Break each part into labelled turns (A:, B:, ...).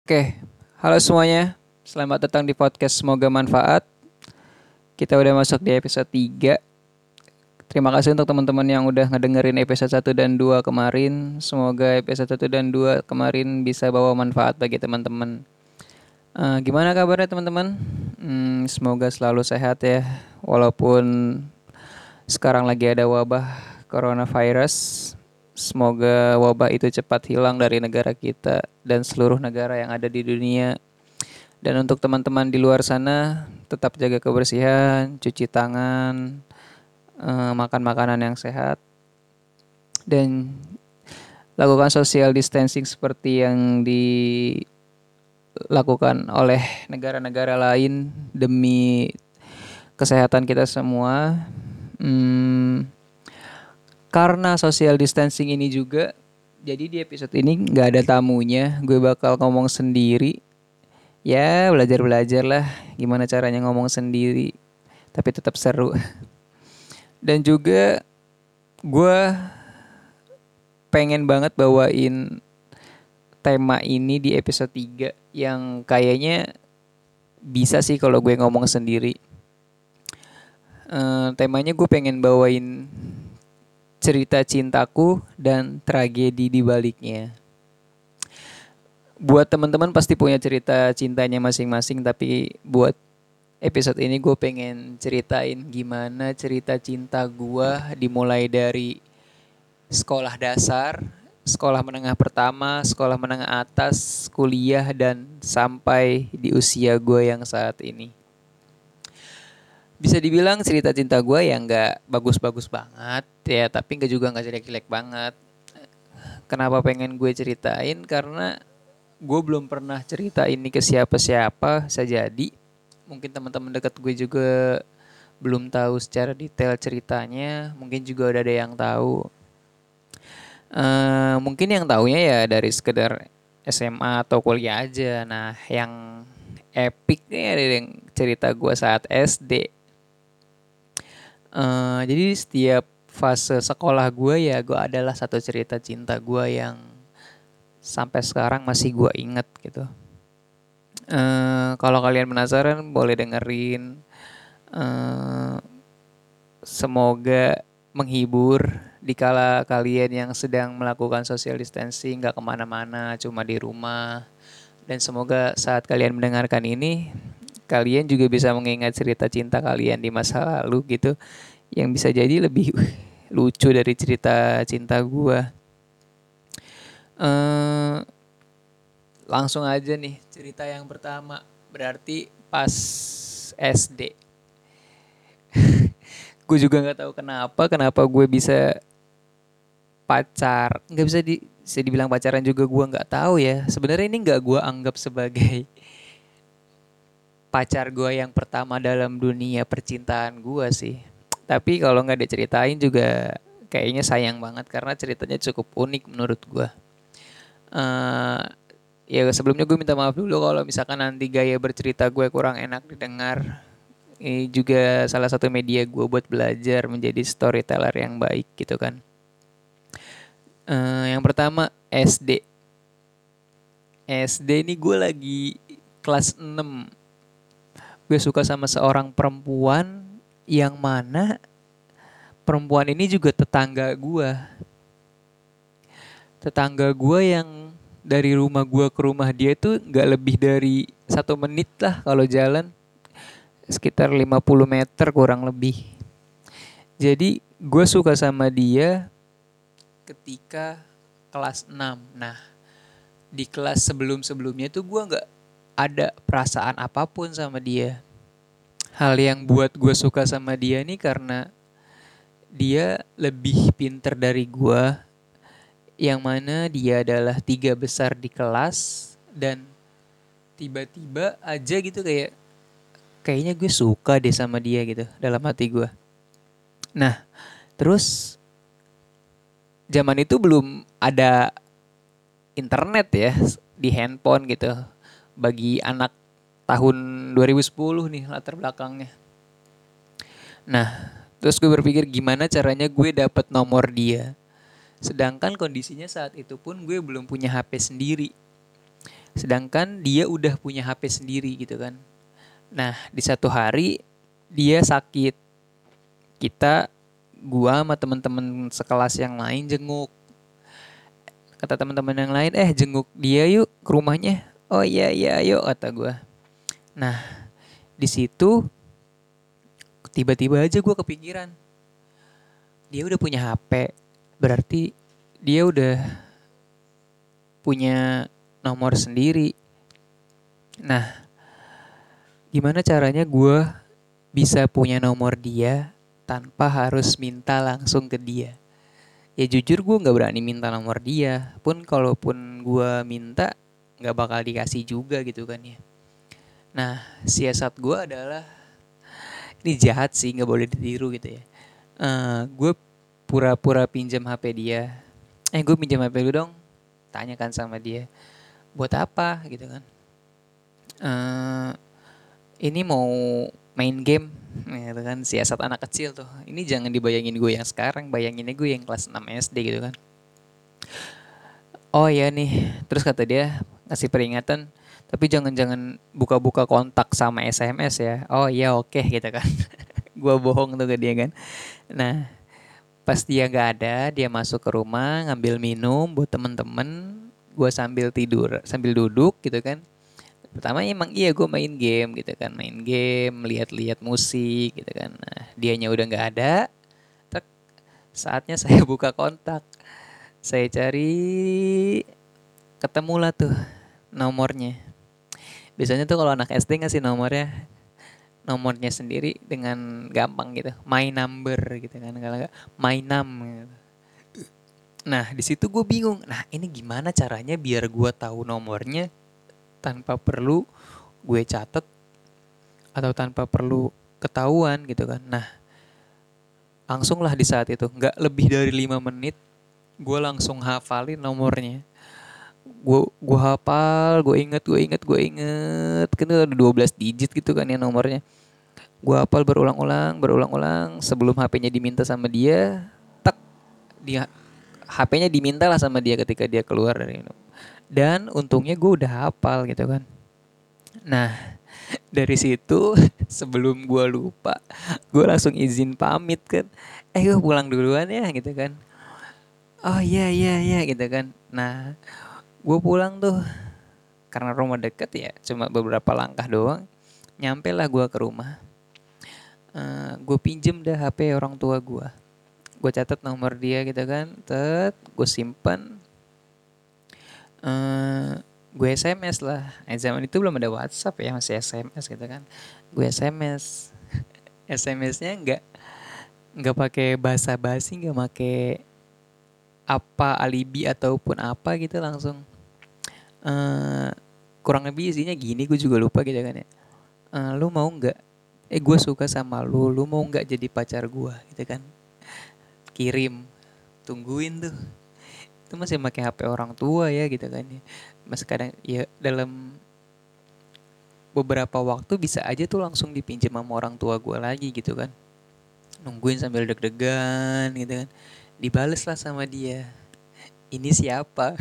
A: Oke, halo semuanya. Selamat datang di podcast Semoga Manfaat. Kita udah masuk di episode 3. Terima kasih untuk teman-teman yang udah ngedengerin episode 1 dan 2 kemarin. Semoga episode 1 dan 2 kemarin bisa bawa manfaat bagi teman-teman. Gimana kabarnya teman-teman? Semoga selalu sehat ya. Walaupun sekarang lagi ada wabah coronavirus. Semoga wabah itu cepat hilang dari negara kita dan seluruh negara yang ada di dunia. Dan untuk teman-teman di luar sana, tetap jaga kebersihan, cuci tangan, makan makanan yang sehat, dan lakukan social distancing seperti yang dilakukan oleh negara-negara lain demi kesehatan kita semua. Hmm, karena social distancing ini juga, jadi di episode ini nggak ada tamunya, gue bakal ngomong sendiri. Ya belajar-belajar lah gimana caranya ngomong sendiri tapi tetap seru. Dan juga gue pengen banget bawain tema ini di episode 3 yang kayaknya bisa sih kalau gue ngomong sendiri. Temanya gue pengen bawain cerita cintaku dan tragedi di baliknya. Buat teman-teman pasti punya cerita cintanya masing-masing, tapi buat episode ini gue pengen ceritain gimana cerita cinta gue dimulai dari sekolah dasar, sekolah menengah pertama, sekolah menengah atas, kuliah, dan sampai di usia gue yang saat ini. Bisa dibilang cerita cinta gue yang gak bagus-bagus banget ya, tapi gak juga gak jelek-jelek banget. Kenapa pengen gue ceritain? Karena gue belum pernah cerita ini ke siapa-siapa, bisa jadi. Mungkin teman-teman dekat gue juga belum tahu secara detail ceritanya, mungkin juga udah ada yang tahu. Mungkin yang taunya ya dari sekedar SMA atau kuliah aja. Nah, yang epic nih ada yang cerita gue saat SD. Jadi setiap fase sekolah gue ya gue adalah satu cerita cinta gue yang sampai sekarang masih gue inget gitu. Kalau kalian penasaran boleh dengerin. Eh, Semoga menghibur di kala kalian yang sedang melakukan social distancing, gak kemana-mana, cuma di rumah. Dan semoga saat kalian mendengarkan ini, kalian juga bisa mengingat cerita cinta kalian di masa lalu gitu, yang bisa jadi lebih lucu dari cerita cinta gua. Eh, Langsung aja nih cerita yang pertama, berarti pas SD. Gue juga nggak tahu kenapa gue bisa nggak bisa dibilang pacaran juga, gue nggak tahu ya sebenarnya ini nggak gue anggap sebagai pacar gue yang pertama dalam dunia percintaan gue sih, tapi kalau nggak diceritain juga kayaknya sayang banget karena ceritanya cukup unik menurut gue. uh, Ya sebelumnya gue minta maaf dulu kalau misalkan nanti gaya bercerita gue kurang enak didengar. Ini juga salah satu media gue buat belajar menjadi storyteller yang baik gitu kan. Yang pertama SD. SD ini gue lagi kelas 6. Gue suka sama seorang perempuan yang mana perempuan ini juga tetangga gue. Tetangga gue yang dari rumah gue ke rumah dia itu gak lebih dari 1 menit lah kalau jalan. Sekitar 50 meter kurang lebih. Jadi gue suka sama dia ketika kelas 6. Nah, di kelas sebelum-sebelumnya tuh gue gak ada perasaan apapun sama dia. Hal yang buat gue suka sama dia nih karena dia lebih pinter dari gue, yang mana dia adalah 3 besar di kelas, dan tiba-tiba aja gitu kayaknya gue suka deh sama dia gitu dalam hati gue. Nah, terus zaman itu belum ada internet ya di handphone gitu. Bagi anak tahun 2010 nih latar belakangnya. Nah, terus gue berpikir gimana caranya gue dapet nomor dia. Sedangkan kondisinya saat itu pun gue belum punya HP sendiri. Sedangkan dia udah punya HP sendiri gitu kan. Nah, di satu hari dia sakit. Kita, gua sama teman-teman sekelas yang lain jenguk. Kata teman-teman yang lain, jenguk dia yuk ke rumahnya. Oh iya iya ayo kata gua. Nah, di situ tiba-tiba aja gua kepikiran. Dia udah punya HP. Berarti dia udah punya nomor sendiri. Nah, gimana caranya gue bisa punya nomor dia tanpa harus minta langsung ke dia? Ya jujur gue nggak berani minta nomor dia. Pun kalaupun gue minta nggak bakal dikasih juga gitu kan ya. Nah, siasat gue adalah ini jahat sih, nggak boleh ditiru gitu ya. Gue pura-pura pinjam HP dia. Gue pinjam HP lu dong. Tanyakan sama dia. Buat apa gitu kan? eh ini mau main game gitu kan, siasat anak kecil tuh. Ini jangan dibayangin gue yang sekarang, bayanginnya gue yang kelas 6 SD gitu kan. Oh iya nih, terus kata dia ngasih peringatan, tapi jangan-jangan buka-buka kontak sama SMS ya. Oh iya oke gitu kan. Gue bohong tuh ke dia kan. Nah, pas dia nggak ada, dia masuk ke rumah ngambil minum buat temen-temen. Gue sambil tidur, sambil duduk gitu kan. Pertama emang iya gue main game gitu kan, main game, lihat-lihat musik gitu kan. Nah, dianya udah nggak ada, tek, saatnya saya buka kontak, saya cari, ketemulah tuh nomornya. Biasanya tuh kalau anak SD ngasih nomornya sendiri dengan gampang gitu, my number gitu kan, kalau nggak my num gitu. Nah di situ gue bingung, nah ini gimana caranya biar gue tahu nomornya tanpa perlu gue catet atau tanpa perlu ketahuan gitu kan. Nah, langsung lah di saat itu, nggak lebih dari 5 menit, gue langsung hafalin nomornya. Gue hafal, gue inget, kan itu ada 12 digit gitu kan ya nomornya. Gue hafal berulang-ulang, sebelum HP-nya diminta sama dia, tak, dia HP-nya diminta lah sama dia ketika dia keluar dari minum. Dan untungnya gue udah hafal gitu kan. Nah, dari situ sebelum gue lupa, gue langsung izin pamit kan. Gue pulang duluan ya gitu kan. Oh iya iya iya gitu kan. Nah, gue pulang tuh karena rumah deket ya, cuma beberapa langkah doang. Nyampe lah gue ke rumah. Gue pinjem dah HP orang tua gue. Gue catat nomor dia gitu kan. Gue simpan. eh gue SMS lah. Zaman itu belum ada WhatsApp ya, masih SMS gitu kan. Gue SMS. SMS-nya nggak pakai bahasa basi, nggak pakai apa alibi ataupun apa gitu, langsung eh kurang lebih isinya gini, gue juga lupa gitu kan ya. Lu mau nggak, gue suka sama lu mau nggak jadi pacar gue gitu kan. Kirim, tungguin tuh. Itu masih pakai HP orang tua ya gitu kan ya. Mas kadang ya dalam beberapa waktu bisa aja tuh langsung dipinjam sama orang tua gue lagi gitu kan. Nungguin sambil deg-degan gitu kan. Dibales lah sama dia. Ini siapa?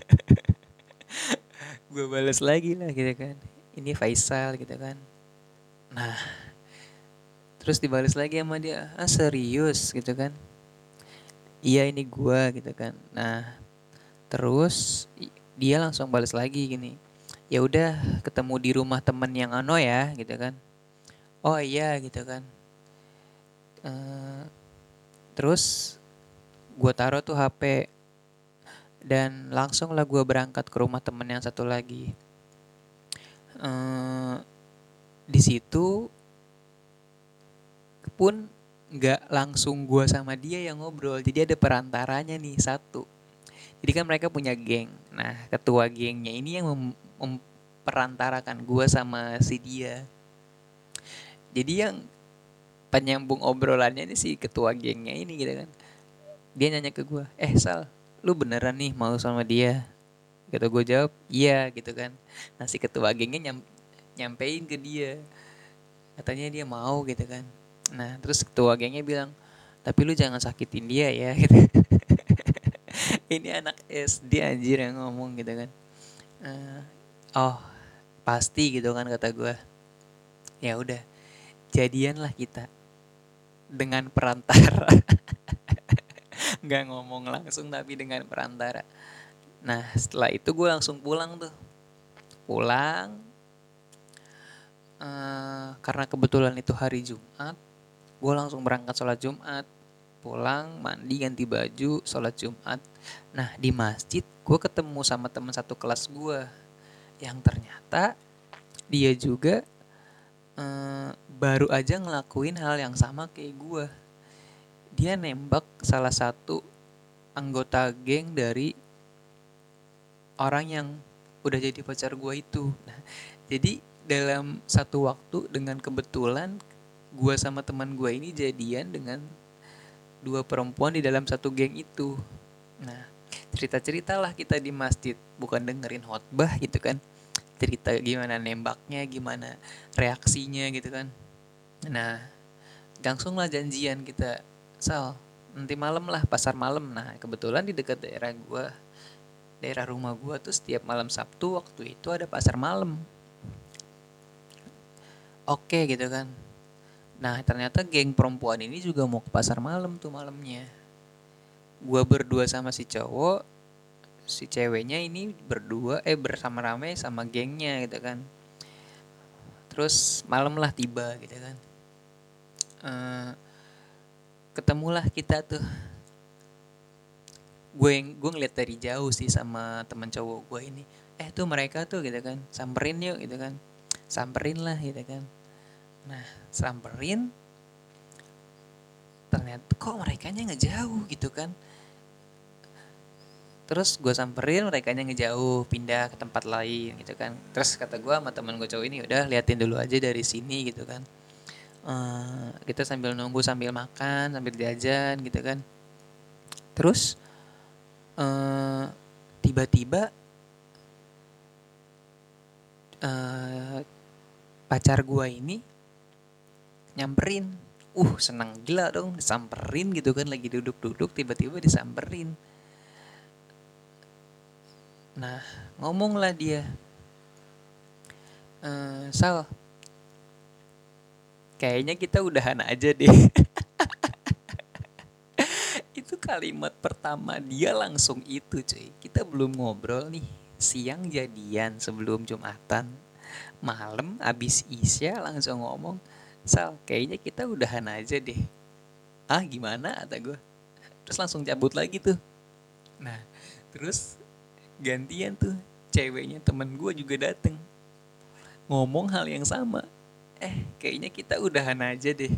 A: Gue balas lagi lah gitu kan. Ini Faisal gitu kan. Nah, terus dibalas lagi sama dia. Ah serius gitu kan. Iya ini gue gitu kan. Nah, terus dia langsung balas lagi gini. Ya udah ketemu di rumah temen yang ano ya gitu kan. Oh iya gitu kan. Eh, terus gue taruh tuh HP dan langsung lah gue berangkat ke rumah temen yang satu lagi. Eh, di situ pun nggak langsung gue sama dia yang ngobrol, jadi ada perantaranya nih satu. Jadi kan mereka punya geng. Nah ketua gengnya ini yang memperantarakan gue sama si dia. Jadi yang penyambung obrolannya ini si ketua gengnya ini gitu kan. Dia nanya ke gue, Sal, lu beneran nih mau sama dia? Gitu gue jawab, iya gitu kan. Nah si ketua gengnya nyampein ke dia, katanya dia mau gitu kan. Nah terus ketua gengnya bilang, tapi lu jangan sakitin dia ya gitu. Ini anak SD anjir yang ngomong gitu kan. Oh, pasti gitu kan kata gue. Ya udah, jadianlah kita dengan perantara. Nggak ngomong langsung tapi dengan perantara. Nah, setelah itu gue langsung pulang tuh. Pulang, karena kebetulan itu hari Jumat, gue langsung berangkat sholat Jumat. Pulang, mandi, ganti baju, sholat Jumat. Nah, di masjid gue ketemu sama teman satu kelas gue. Yang ternyata dia juga baru aja ngelakuin hal yang sama kayak gue. Dia nembak salah satu anggota geng dari orang yang udah jadi pacar gue itu. Nah, jadi dalam satu waktu dengan kebetulan gue sama teman gue ini jadian dengan dua perempuan di dalam satu geng itu. Nah, cerita-ceritalah kita di masjid, bukan dengerin khotbah gitu kan. Cerita gimana nembaknya, gimana reaksinya gitu kan. Nah, langsung lah janjian kita, Sal, nanti malam lah, pasar malam. Nah, kebetulan di dekat daerah rumah gue tuh setiap malam Sabtu waktu itu ada pasar malam. Oke gitu kan. Nah, ternyata geng perempuan ini juga mau ke pasar malam tuh malamnya. Gua berdua sama si cowok, si ceweknya ini berdua bersama rame sama gengnya gitu kan. Terus malam lah tiba gitu kan. Eh, ketemulah kita tuh. Gue ngeliat dari jauh sih sama temen cowok gue ini. Tuh mereka tuh gitu kan. Samperin yuk gitu kan. Samperin lah gitu kan. Nah, samperin, ternyata kok mereka nya nggak jauh gitu kan. Terus gue samperin, mereka nya ngejauh, pindah ke tempat lain gitu kan. Terus kata gue sama temen gue cowok ini, udah liatin dulu aja dari sini gitu kan. Kita sambil nunggu, sambil makan, sambil jajan gitu kan. Terus eh, tiba-tiba eh, pacar gue ini nyamperin. Senang gila dong, disamperin gitu kan, lagi duduk-duduk tiba-tiba disamperin. Nah, ngomonglah dia, Sal, kayaknya kita udahan aja deh. Itu kalimat pertama dia langsung itu cuy. Kita belum ngobrol nih. Siang jadian sebelum Jumatan. Malam abis Isya langsung ngomong, Sal, kayaknya kita udahan aja deh. Ah gimana kata gue. Terus langsung cabut lagi tuh. Nah terus gantian tuh ceweknya temen gue juga dateng. Ngomong hal yang sama. Kayaknya kita udahan aja deh.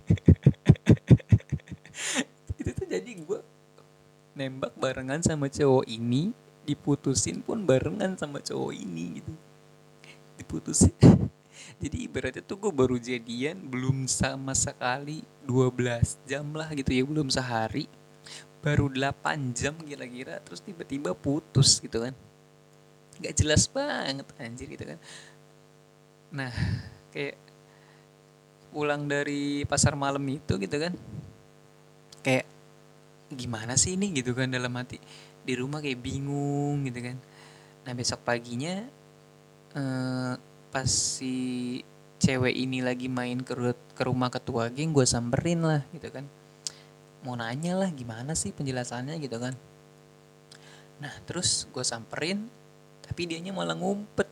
A: Itu tuh jadi gue nembak barengan sama cowok ini, diputusin pun barengan sama cowok ini gitu. Diputusin. Jadi ibaratnya tuh gue baru jadian belum sama sekali 12 jam lah gitu ya, belum sehari. Baru 8 jam kira-kira, terus tiba-tiba putus gitu kan. Gak jelas banget anjir gitu kan. Nah, kayak pulang dari pasar malam itu gitu kan. Kayak gimana sih ini gitu kan dalam hati. Di rumah kayak bingung gitu kan. Nah besok paginya pas si cewek ini lagi main ke rumah ketua geng, gue samperin lah gitu kan. Mau nanya lah gimana sih penjelasannya gitu kan. Nah terus gue samperin, tapi dianya malah ngumpet.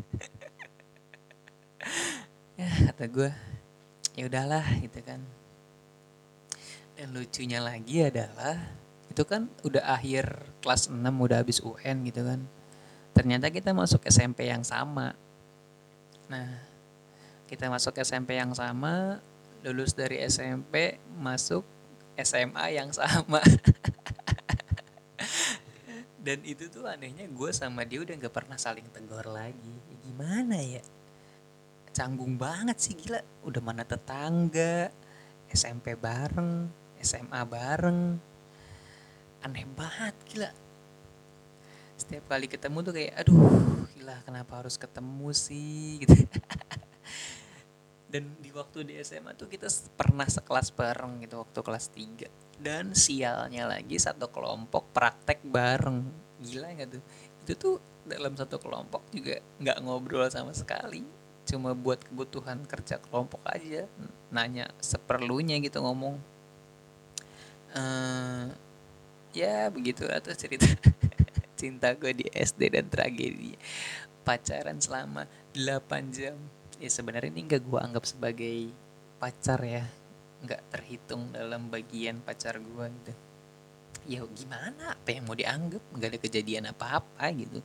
A: Ya kata gue, ya udahlah gitu kan. Dan lucunya lagi adalah itu kan udah akhir kelas 6, udah habis UN gitu kan. Ternyata kita masuk SMP yang sama. Nah, kita masuk SMP yang sama, lulus dari SMP, masuk SMA yang sama. Dan itu tuh anehnya gue sama dia udah gak pernah saling tegur lagi. Gimana ya? Canggung banget sih gila. Udah mana tetangga, SMP bareng, SMA bareng. Aneh banget gila. Setiap kali ketemu tuh kayak aduh gila kenapa harus ketemu sih gitu. Dan di waktu di SMA tuh kita pernah sekelas bareng gitu waktu kelas 3. Dan sialnya lagi satu kelompok praktek bareng. Gila gak tuh? Itu tuh dalam satu kelompok juga nggak ngobrol sama sekali, cuma buat kebutuhan kerja kelompok aja, nanya seperlunya gitu ngomong. eh Ya begitu atas cerita cinta gue di SD dan tragedi pacaran selama 8 jam. Ya sebenarnya ini nggak gue anggap sebagai pacar ya, nggak terhitung dalam bagian pacar gue gitu. Ya gimana, apa yang mau dianggap, nggak ada kejadian apa-apa gitu.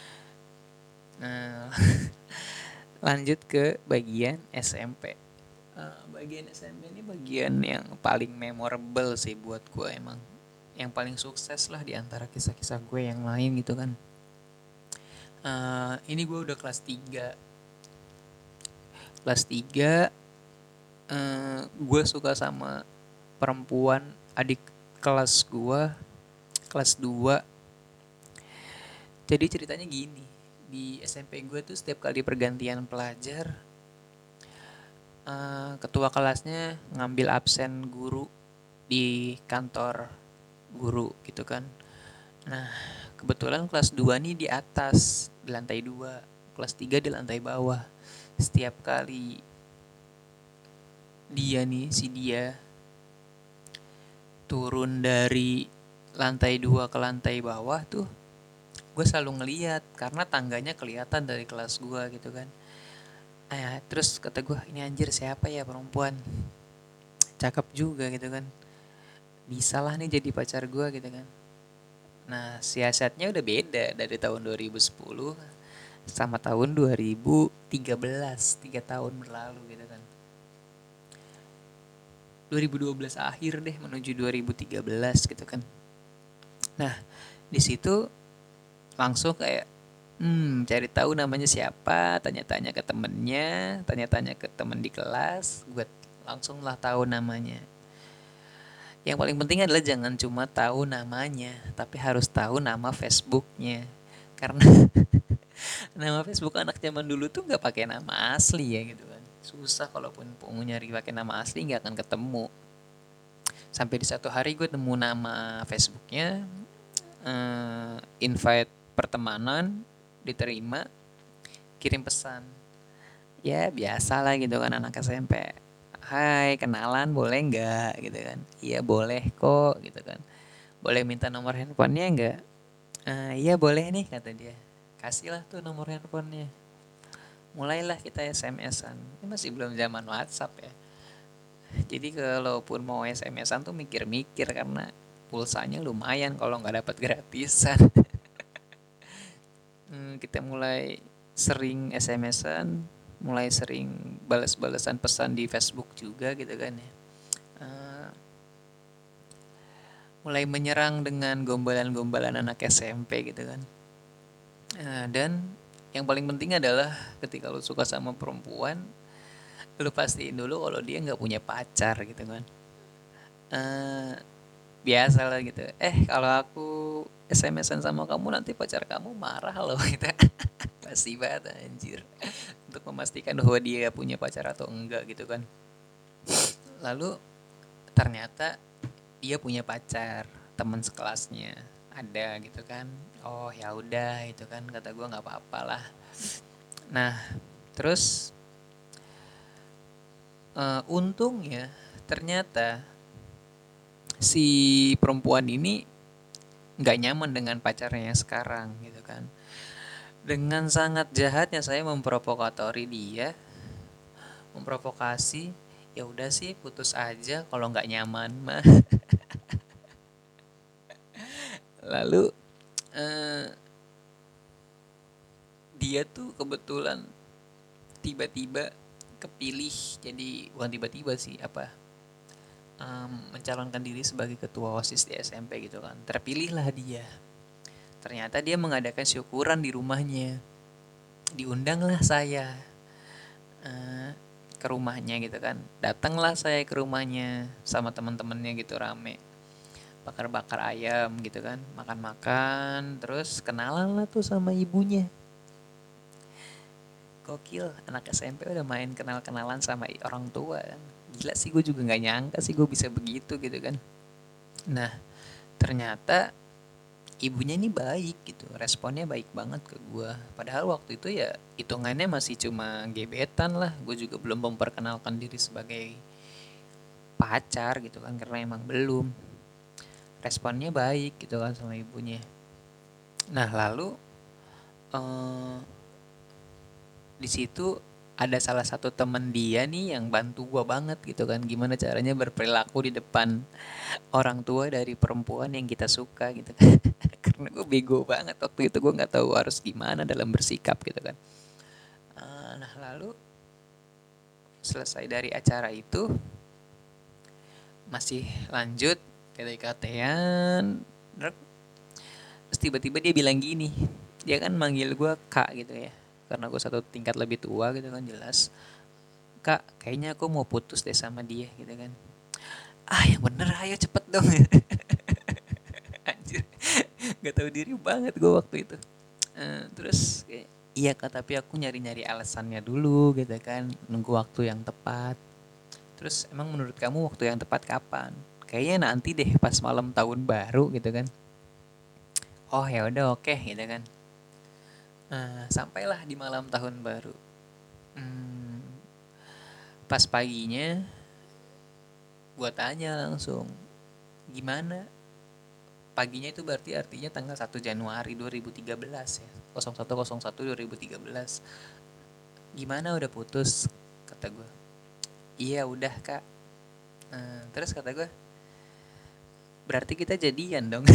A: Nah, lanjut ke bagian SMP. Bagian SMP ini bagian yang paling memorable sih buat gue emang. Yang paling sukses lah di antara kisah-kisah gue yang lain gitu kan. Ini gue udah kelas 3. Kelas 3, gue suka sama perempuan adik kelas gue, kelas 2. Jadi ceritanya gini, di SMP gue tuh setiap kali pergantian pelajar, ketua kelasnya ngambil absen guru di kantor guru gitu kan. Nah, kebetulan kelas 2 nih di atas, di lantai 2, kelas 3 di lantai bawah. Setiap kali si dia turun dari lantai 2 ke lantai bawah tuh, gue selalu ngeliat karena tangganya kelihatan dari kelas gue gitu kan. Terus kata gue, ini anjir siapa ya, perempuan cakep juga gitu kan, bisa lah nih jadi pacar gue gitu kan. Nah, siasatnya udah beda dari tahun 2010 sama tahun 2013, 3 tahun berlalu gitu kan. 2012 akhir deh menuju 2013 gitu kan. Nah, di situ langsung kayak cari tahu namanya siapa, tanya-tanya ke temennya, tanya-tanya ke temen di kelas, gue langsung lah tahu namanya. Yang paling penting adalah jangan cuma tahu namanya, tapi harus tahu nama Facebooknya. Karena nama Facebook anak zaman dulu tuh nggak pakai nama asli ya gitu kan. Susah kalaupun mau nyari pakai nama asli nggak akan ketemu. Sampai di satu hari gue nemu nama Facebooknya, invite pertemanan, diterima, kirim pesan. Ya biasa lah gitu kan anak SMP. Hai, kenalan boleh nggak gitu kan. Iya boleh kok gitu kan. Boleh minta nomor handphonenya nggak? Iya boleh nih kata dia. Kasihlah tuh nomor handphonenya. Mulailah kita SMS-an. Ini masih belum zaman WhatsApp ya. Jadi kalaupun mau SMS-an tuh mikir-mikir karena pulsanya lumayan kalau nggak dapat gratisan. Kita mulai sering SMS-an, mulai sering balas-balasan pesan di Facebook juga gitu kan ya. Eh, Mulai menyerang dengan gombalan-gombalan anak SMP gitu kan. Dan yang paling penting adalah ketika lu suka sama perempuan, lu pastiin dulu kalau dia nggak punya pacar gitu kan. Eh, Biasa lah gitu. Kalau aku SMS-an sama kamu nanti pacar kamu marah loh gitu. Pasti banget anjir. Untuk memastikan bahwa dia punya pacar atau enggak gitu kan. Lalu ternyata dia punya pacar, teman sekelasnya ada gitu kan. Oh ya udah itu kan, kata gue nggak apa-apa lah. Nah terus untungnya ternyata si perempuan ini nggak nyaman dengan pacarnya yang sekarang gitu kan. Dengan sangat jahatnya saya memprovokatori dia, memprovokasi. Ya udah sih putus aja kalau nggak nyaman mah. Lalu eh, dia tuh kebetulan tiba-tiba kepilih, jadi bukan tiba-tiba sih, mencalonkan diri sebagai ketua OSIS di SMP gitu kan. Terpilihlah dia. Ternyata dia mengadakan syukuran di rumahnya. Diundanglah saya eh, ke rumahnya gitu kan. Datanglah saya ke rumahnya sama teman-temannya gitu rame. Bakar-bakar ayam gitu kan. Makan-makan. Terus kenalan lah tuh sama ibunya. Gokil, anak SMP udah main kenal-kenalan sama orang tua kan. Gila sih, gue juga gak nyangka sih gue bisa begitu gitu kan. Nah ternyata ibunya ini baik gitu, responnya baik banget ke gue. Padahal waktu itu ya hitungannya masih cuma gebetan lah, gue juga belum memperkenalkan diri sebagai pacar gitu kan, karena emang belum. Responnya baik gitu kan sama ibunya. Nah lalu eh, di situ ada salah satu temen dia nih yang bantu gue banget gitu kan, gimana caranya berperilaku di depan orang tua dari perempuan yang kita suka gitu kan. Karena gue bego banget waktu itu, gue nggak tahu harus gimana dalam bersikap gitu kan. Nah lalu selesai dari acara itu masih lanjut PDKT-an. Terus tiba-tiba dia bilang gini, dia kan manggil gue kak gitu ya, karena gue satu tingkat lebih tua gitu kan, jelas. Kak, kayaknya aku mau putus deh sama dia gitu kan. Ah yang bener, ayo cepet dong. Anjir, gak tahu diri banget gue waktu itu. Terus kayak, iya kak, tapi aku nyari-nyari alasannya dulu gitu kan, nunggu waktu yang tepat. Terus emang menurut kamu waktu yang tepat kapan? Kayaknya nanti deh pas malam tahun baru gitu kan. Oh ya udah oke gitu kan. Sampailah di malam tahun baru. Hmm, Pas paginya gue tanya langsung, gimana? Paginya itu berarti artinya tanggal 1 Januari 2013 ya. 01/01/2013. Gimana udah putus? Kata gue. Iya udah kak. Terus kata gue, berarti kita jadian dong.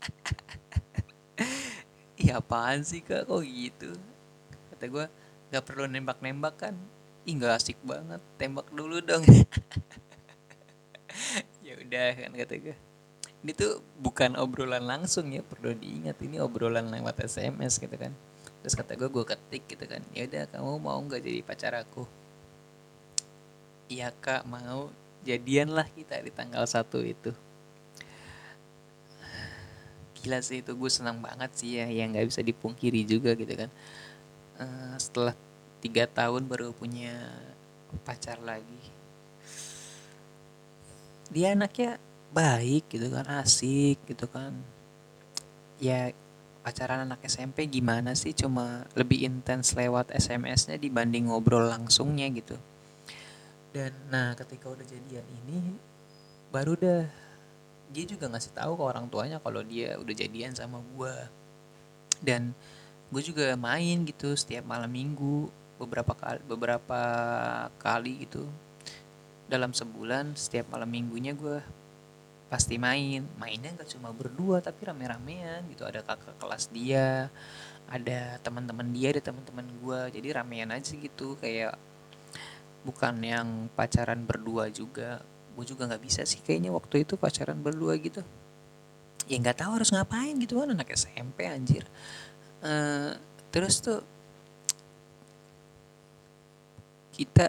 A: Iya apaan sih kak, kok gitu? Kata gue, gak perlu nembak-nembak kan? Ih gak asik banget, tembak dulu dong. Ya udah kan kata gue. Ini tuh bukan obrolan langsung ya, perlu diingat, ini obrolan lewat SMS gitu kan. Terus kata gue ketik gitu kan, ya udah kamu mau nggak jadi pacar aku? Iya kak mau. Jadian lah kita di tanggal 1 itu. Gila sih itu, gue senang banget sih ya, yang nggak bisa dipungkiri juga gitu kan. Setelah 3 tahun baru punya pacar lagi. Dia anaknya baik gitu kan, asik gitu kan. Ya pacaran anak SMP gimana sih, cuma lebih intens lewat SMS-nya dibanding ngobrol langsungnya gitu. Dan nah ketika udah jadian ini baru dah dia juga ngasih tahu ke orang tuanya kalau dia udah jadian sama gue. Dan gue juga main gitu setiap malam minggu, beberapa kali gitu dalam sebulan. Setiap malam minggunya gue pasti mainnya nggak cuma berdua tapi rame-ramean gitu, ada kakak kelas dia, ada teman-teman dia, ada teman-teman gue, jadi ramean aja gitu, kayak bukan yang pacaran berdua juga. Gue juga nggak bisa sih kayaknya waktu itu pacaran berdua gitu, ya nggak tahu harus ngapain gitu kan, anak SMP anjir. Eh, Terus tuh kita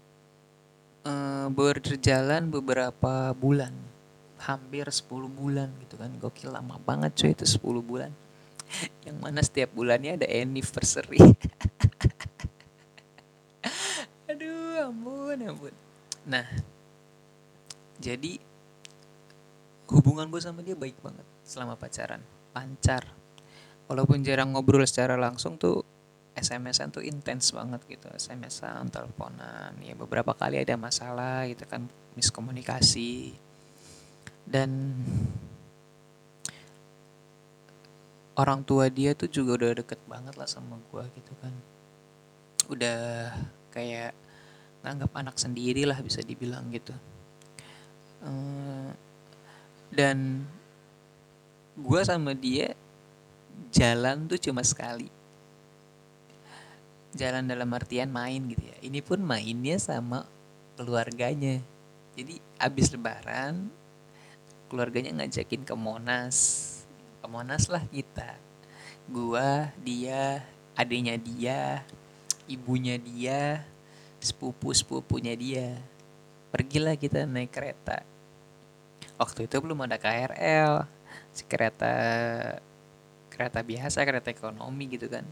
A: berjalan beberapa bulan, hampir 10 bulan gitu kan, gokil lama banget cuy itu 10 bulan. Yang mana setiap bulannya ada anniversary. Aduh ampun ampun. Nah jadi hubungan gue sama dia baik banget selama pacaran, lancar. Walaupun jarang ngobrol secara langsung tuh, SMS-an tuh intens banget gitu, SMS-an, teleponan. Ya beberapa kali ada masalah gitu kan, miskomunikasi. Dan orang tua dia tuh juga udah deket banget lah sama gue gitu kan. Udah kayak nganggap anak sendiri lah bisa dibilang gitu. Eh, Dan gue sama dia jalan tuh cuma sekali. Jalan dalam artian main gitu ya. Ini pun mainnya sama keluarganya. Jadi abis lebaran keluarganya ngajakin ke Monas. Ke Monas lah kita. Gua, dia, adiknya dia, ibunya dia, sepupu-sepupunya dia. Pergilah kita naik kereta. Waktu itu belum ada KRL. Si kereta kereta biasa, kereta ekonomi gitu kan.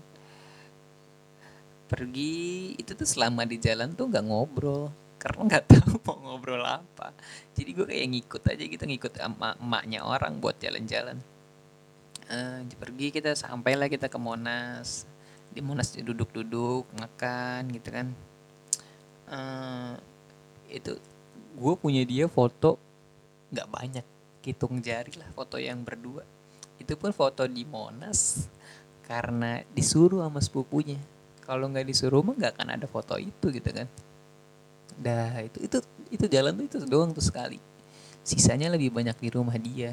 A: Pergi itu tuh selama di jalan tuh nggak ngobrol, karena nggak tahu mau ngobrol apa. Jadi gue kayak ngikut aja gitu, ngikut emaknya orang buat jalan-jalan. Pergi kita sampailah kita ke Monas. Di Monas duduk-duduk makan gitu kan. Eh, itu gue punya dia foto nggak banyak, hitung jari lah foto yang berdua. Itu pun foto di Monas karena disuruh sama sepupunya. Kalau nggak disuruh mah nggak akan ada foto itu gitu kan. Dah itu jalan tuh itu doang tuh sekali. Sisanya lebih banyak di rumah dia.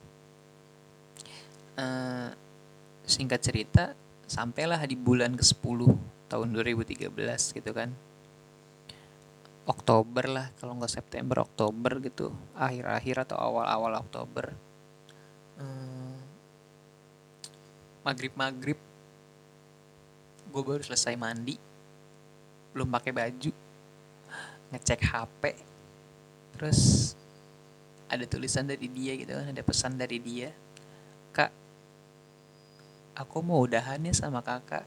A: Eh, Singkat cerita, sampailah di bulan ke-10 tahun 2013 gitu kan. Oktober lah, kalau nggak September, Oktober gitu. Akhir-akhir atau awal-awal Oktober. Hmm, Maghrib-maghrib, gue baru selesai mandi. Belum pakai baju. Ngecek HP. Terus ada tulisan dari dia gitu kan. Ada pesan dari dia. Kak, aku mau udahan ya sama kakak.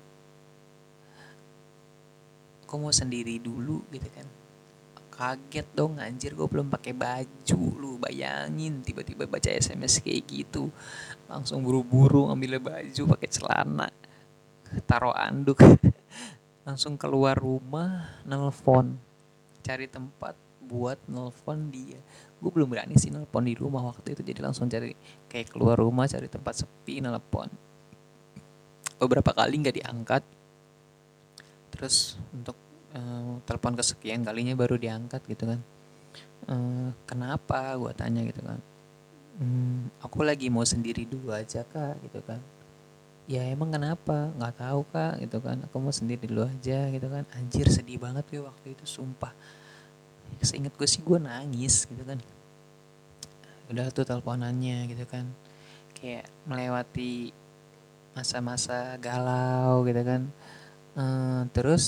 A: Aku mau sendiri dulu gitu kan. Kaget dong anjir, gue belum pakai baju, lu bayangin tiba-tiba baca SMS kayak gitu. Langsung buru-buru ngambil baju, pakai celana, taruh anduk, langsung keluar rumah, nelpon, cari tempat buat nelpon dia. Gue belum berani sih nelpon di rumah waktu itu, jadi langsung cari kayak keluar rumah, cari tempat sepi, nelpon. Beberapa kali nggak diangkat, terus untuk telepon kesekian kalinya baru diangkat gitu kan. Kenapa gue tanya gitu kan. Aku lagi mau sendiri dulu aja kak gitu kan. Ya emang kenapa, nggak tahu kak gitu kan, aku mau sendiri dulu aja gitu kan. Anjir sedih banget gue waktu itu sumpah. Seinget gue sih gue nangis gitu kan. Udah tuh teleponannya gitu kan, kayak melewati masa-masa galau gitu kan. Terus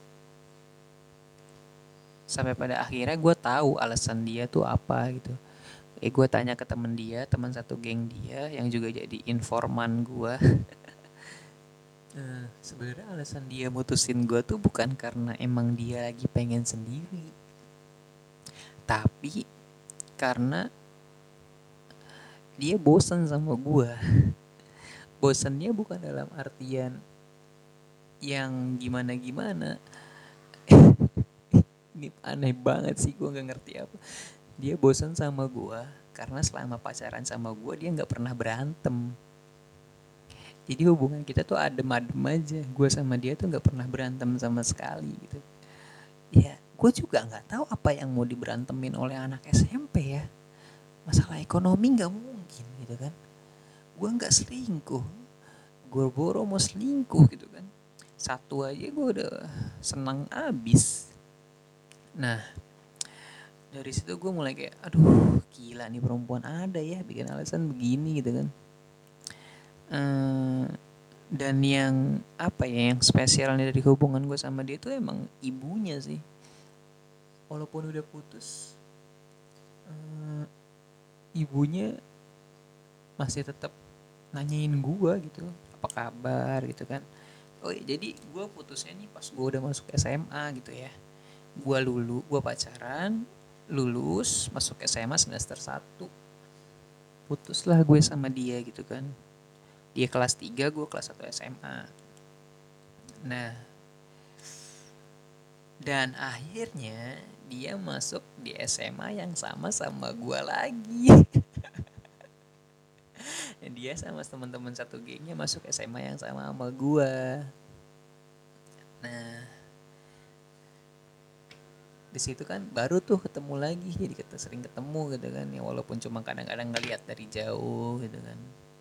A: sampai pada akhirnya gue tahu alasan dia tuh apa gitu. Gue tanya ke temen dia, teman satu geng dia yang juga jadi informan gue. Sebenarnya alasan dia mutusin gue tuh bukan karena emang dia lagi pengen sendiri, tapi karena dia bosan sama gue. Bosannya bukan dalam artian yang gimana-gimana. Ini aneh banget sih, gue nggak ngerti apa. Dia bosan sama gue karena selama pacaran sama gue dia nggak pernah berantem. Jadi hubungan kita tuh adem-adem aja. Gue sama dia tuh nggak pernah berantem sama sekali gitu. Ya, gue juga nggak tahu apa yang mau diberantemin oleh anak SMP ya. Masalah ekonomi nggak mungkin gitu kan. Gue nggak selingkuh, gue boro mau selingkuh gitu kan. Satu aja gue udah senang abis. Nah dari situ gue mulai kayak aduh gila nih perempuan ada ya bikin alasan begini gitu kan. Dan yang apa ya yang spesialnya dari hubungan gue sama dia tuh emang ibunya sih. Walaupun udah putus, ibunya masih tetap nanyain gue gitu apa kabar gitu kan. Oh iya, jadi gue putusnya nih pas gue udah masuk SMA gitu ya. Gue pacaran, lulus, masuk SMA semester 1. Putuslah gue sama dia gitu kan. Dia kelas 3, gue kelas 1 SMA. Nah, dan akhirnya dia masuk di SMA yang sama gue lagi. Dia sama teman-teman satu gengnya masuk SMA yang sama gue. Nah, di situ kan baru tuh ketemu lagi, jadi kita sering ketemu gitu kan ya, walaupun cuma kadang-kadang ngeliat dari jauh gitu kan.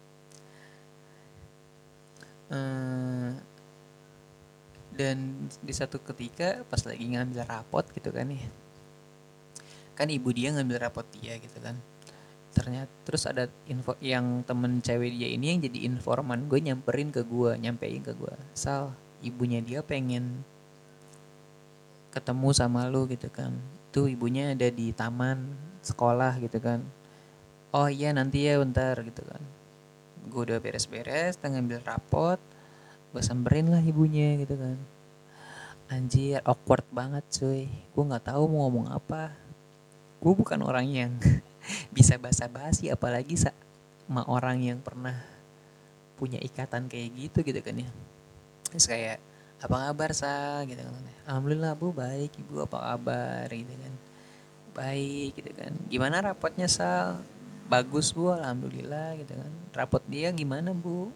A: Dan di satu ketika pas lagi ngambil rapot gitu kan ya, kan ibu dia ngambil rapot dia gitu kan, ternyata terus ada info yang temen cewek dia ini yang jadi informan gue nyampein ke gue, Sal, ibunya dia pengen ketemu sama lu gitu kan, tuh ibunya ada di taman sekolah gitu kan. Oh iya nanti ya bentar gitu kan. Gue udah beres-beres ngambil rapot, gue samperin lah ibunya gitu kan. Anjir awkward banget cuy, gue nggak tahu mau ngomong apa. Gue bukan orang yang bisa basa-basi apalagi sama orang yang pernah punya ikatan kayak gitu kan ya. Terus kayak, apa kabar Sa gitu kan. Alhamdulillah Bu baik, Ibu apa kabar gitu kan. Baik gitu kan. Gimana rapotnya Sal? Bagus Bu, alhamdulillah gitu kan. Rapot dia gimana Bu?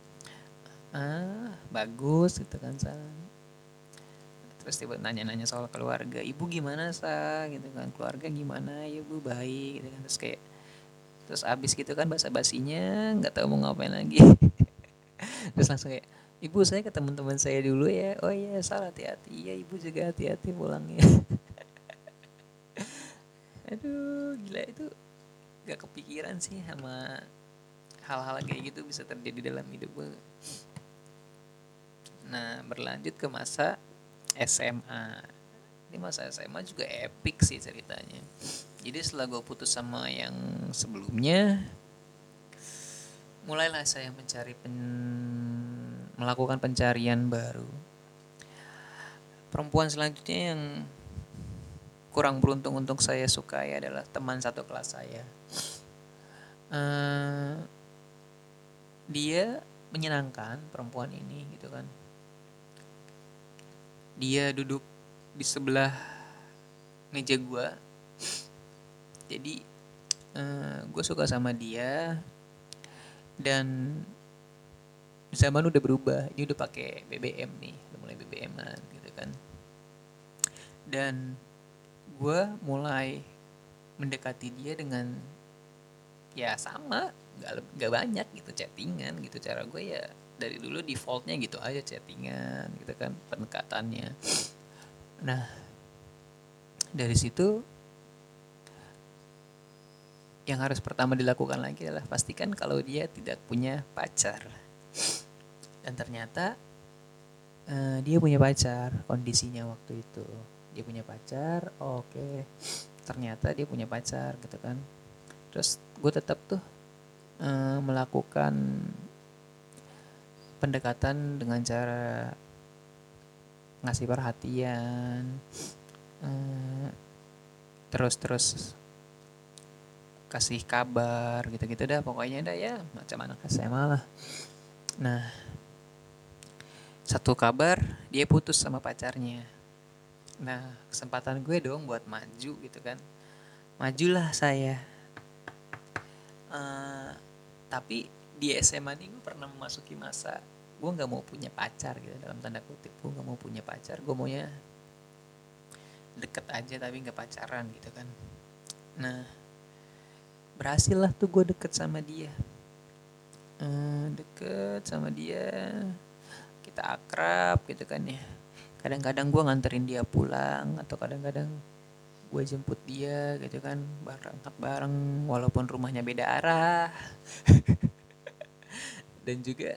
A: Bagus gitu kan Sal. Terus tiba nanya-nanya soal keluarga. Ibu gimana Sa gitu kan. Keluarga gimana? Ya Bu baik gitu kan. Terus abis gitu kan basa-basinya nggak tahu mau ngapain lagi. Terus langsung kayak, Ibu saya ke teman-teman saya dulu ya. Oh iya Sal hati-hati. Iya Ibu juga hati-hati pulangnya. Aduh gila itu gak kepikiran sih sama hal-hal kayak gitu bisa terjadi dalam hidup gue. Nah berlanjut ke masa SMA. Ini masa SMA juga epic sih ceritanya. Jadi setelah gue putus sama yang sebelumnya, mulailah saya melakukan pencarian baru. Perempuan selanjutnya yang kurang beruntung untuk saya sukai adalah teman satu kelas saya. Dia menyenangkan perempuan ini gitu kan. Dia duduk di sebelah meja gue. Jadi gue suka sama dia. Dan zaman udah berubah. Ini udah pakai BBM nih, udah mulai BBM-an gitu kan. Dan gue mulai mendekati dia dengan ya sama, nggak banyak gitu chattingan gitu. Cara gue ya dari dulu defaultnya gitu aja, chattingan gitu kan pendekatannya. Nah dari situ yang harus pertama dilakukan lagi adalah pastikan kalau dia tidak punya pacar. Dan ternyata dia punya pacar kondisinya waktu itu. Dia punya pacar, oke. Ternyata dia punya pacar gitu kan. Terus gue tetap tuh melakukan pendekatan dengan cara ngasih perhatian, terus kasih kabar gitu-gitu dah, pokoknya dah ya macam anak SMA lah. Nah satu kabar dia putus sama pacarnya. Nah kesempatan gue dong buat maju gitu kan. Majulah saya. Tapi di SMA ini gue pernah memasuki masa gue nggak mau punya pacar gitu, dalam tanda kutip gue nggak mau punya pacar, gue maunya deket aja tapi nggak pacaran gitu kan. Nah berhasil lah tuh gue deket sama dia, kita akrab gitu kan ya. Kadang-kadang gue nganterin dia pulang atau kadang-kadang gue jemput dia gitu kan, bareng walaupun rumahnya beda arah. Dan juga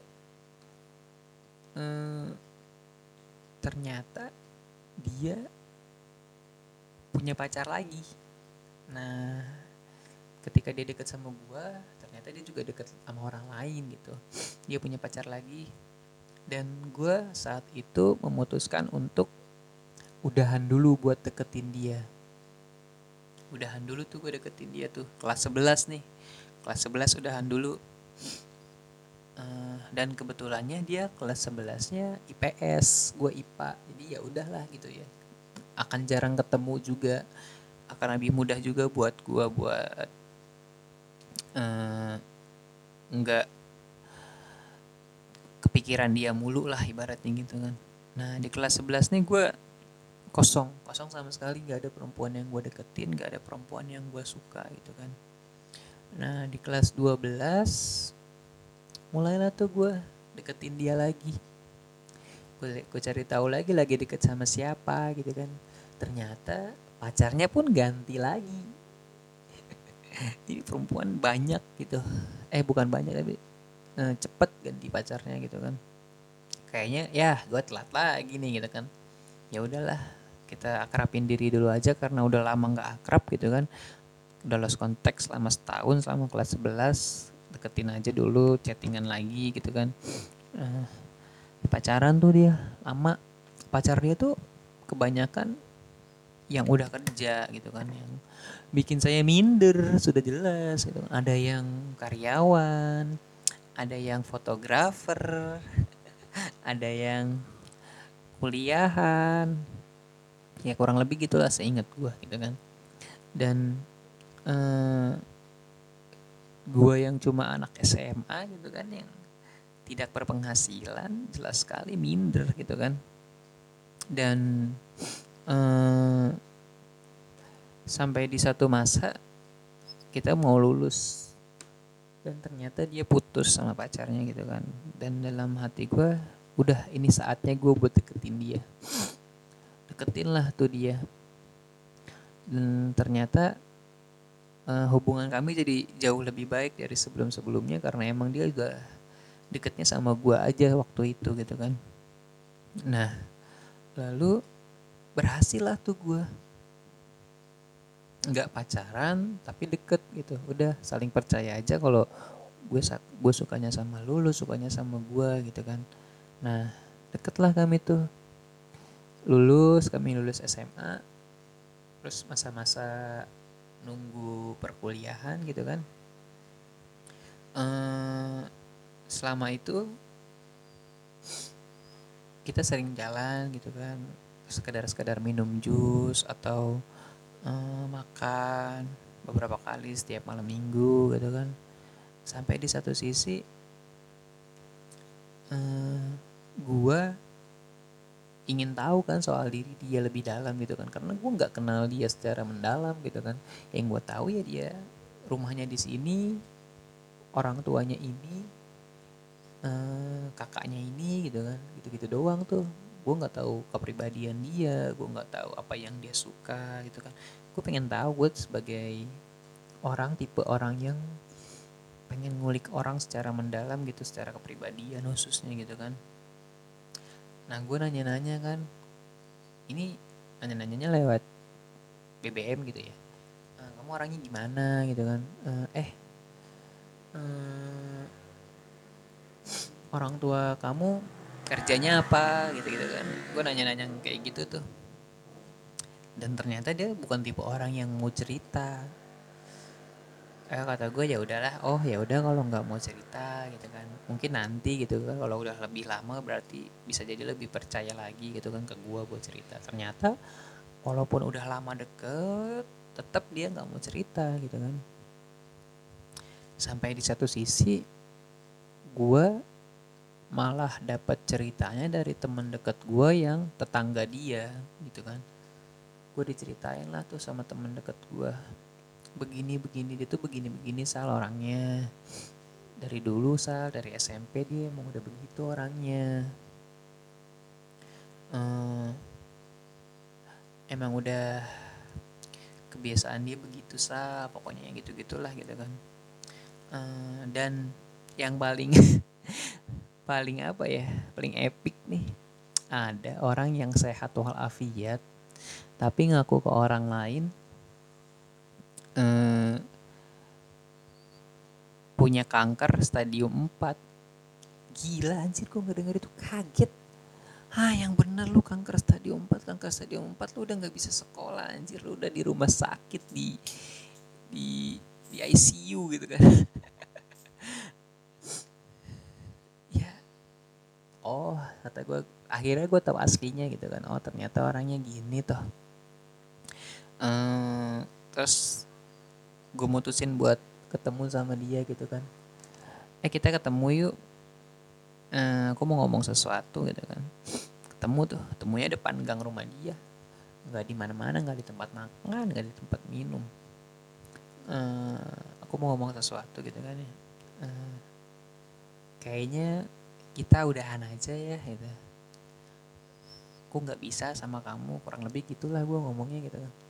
A: ternyata dia punya pacar lagi. Nah ketika dia deket sama gue, ternyata dia juga deket sama orang lain gitu. Dia punya pacar lagi. Dan gue saat itu memutuskan untuk udahan dulu buat deketin dia. Udahan dulu tuh gue deketin dia tuh. Kelas 11 nih. Kelas 11 udahan dulu. Dan kebetulannya dia kelas 11-nya IPS, gue IPA. Jadi ya udahlah gitu ya. Akan jarang ketemu juga. Akan lebih mudah juga buat gue buat nggak kepikiran dia mulu lah ibaratnya gitu kan. Nah di kelas 11 nih gue kosong sama sekali, gak ada perempuan yang gue deketin, gak ada perempuan yang gue suka gitu kan. Nah di kelas 12 mulailah tuh gue deketin dia lagi. Gue cari tahu lagi deket sama siapa gitu kan. Ternyata pacarnya pun ganti lagi. Jadi perempuan banyak gitu. Bukan banyak tapi cepet ganti pacarnya gitu kan. Kayaknya ya gue telat lagi nih gitu kan. Ya udahlah, kita akrabin diri dulu aja karena udah lama nggak akrab gitu kan. Udah lost contact selama setahun, selama kelas 11, deketin aja dulu, chattingan lagi gitu kan. Pacaran tuh dia lama. Pacar dia tuh kebanyakan yang udah kerja gitu kan, yang bikin saya minder sudah jelas gitu. Ada yang karyawan, ada yang fotografer, ada yang kuliahan, ya kurang lebih gitulah seingat gue gitu kan. Dan eh, gue yang cuma anak SMA gitu kan, yang tidak berpenghasilan, jelas sekali minder gitu kan. Dan eh, sampai di satu masa kita mau lulus dan ternyata dia putus sama pacarnya gitu kan. Dan dalam hati gue, udah ini saatnya gue buat deketin dia, deketin lah tuh dia. Dan ternyata hubungan kami jadi jauh lebih baik dari sebelum-sebelumnya, karena emang dia juga deketnya sama gue aja waktu itu gitu kan. Nah lalu berhasil lah tuh gue, nggak pacaran tapi deket gitu, udah saling percaya aja kalau gue sukanya sama lu sukanya sama gue gitu kan. Nah deket lah kami tuh, kami lulus SMA, terus masa-masa nunggu perkuliahan gitu kan. Selama itu kita sering jalan gitu kan, sekedar minum jus atau makan beberapa kali setiap malam minggu gitu kan. Sampai di satu sisi gua ingin tahu kan soal diri dia lebih dalam gitu kan, karena gue nggak kenal dia secara mendalam gitu kan. Yang gue tahu ya dia rumahnya di sini, orang tuanya ini, kakaknya ini gitu kan, gitu-gitu doang tuh. Gue nggak tahu kepribadian dia, gue nggak tahu apa yang dia suka gitu kan. Gue pengen tahu, gue sebagai orang, tipe orang yang pengen ngulik orang secara mendalam gitu, secara kepribadian khususnya gitu kan. Nah gue nanya-nanya kan, ini nanya-nanyanya lewat BBM gitu ya. Kamu orangnya gimana gitu kan. Eh, orang tua kamu kerjanya apa gitu-gitu kan. Gue nanya-nanya kayak gitu tuh. Dan ternyata dia bukan tipe orang yang mau cerita. Kata gue ya udahlah, oh ya udah kalau nggak mau cerita gitu kan, mungkin nanti gitu kan, kalau udah lebih lama berarti bisa jadi lebih percaya lagi gitu kan ke gue buat cerita. Ternyata walaupun udah lama deket, tetap dia nggak mau cerita gitu kan. Sampai di satu sisi gue malah dapat ceritanya dari temen deket gue yang tetangga dia gitu kan. Gue diceritain lah tuh sama temen deket gue, begini dia tuh begini Sal orangnya, dari dulu Sal, dari SMP dia emang udah begitu orangnya. Emang udah kebiasaan dia begitu Sal, pokoknya gitu gitulah gitu kan. Dan yang paling paling apa ya, paling epic nih, ada orang yang sehat walafiat tapi ngaku ke orang lain punya kanker stadium 4. Gila anjir, gue ngedenger itu kaget. Yang bener lu kanker stadium 4, lu udah gak bisa sekolah anjir, lu udah di rumah sakit, di di ICU gitu kan. Ya, oh kata gue, akhirnya gue tahu aslinya gitu kan. Oh ternyata orangnya gini toh. Terus gue mutusin buat ketemu sama dia gitu kan. Kita ketemu yuk, aku mau ngomong sesuatu gitu kan. Ketemu tuh, ketemunya depan gang rumah dia, nggak di mana-mana, nggak di tempat makan, nggak di tempat minum. Aku mau ngomong sesuatu gitu kan ya. Kayaknya kita udahan aja ya gitu. Aku nggak bisa sama kamu, kurang lebih gitulah gue ngomongnya gitu kan.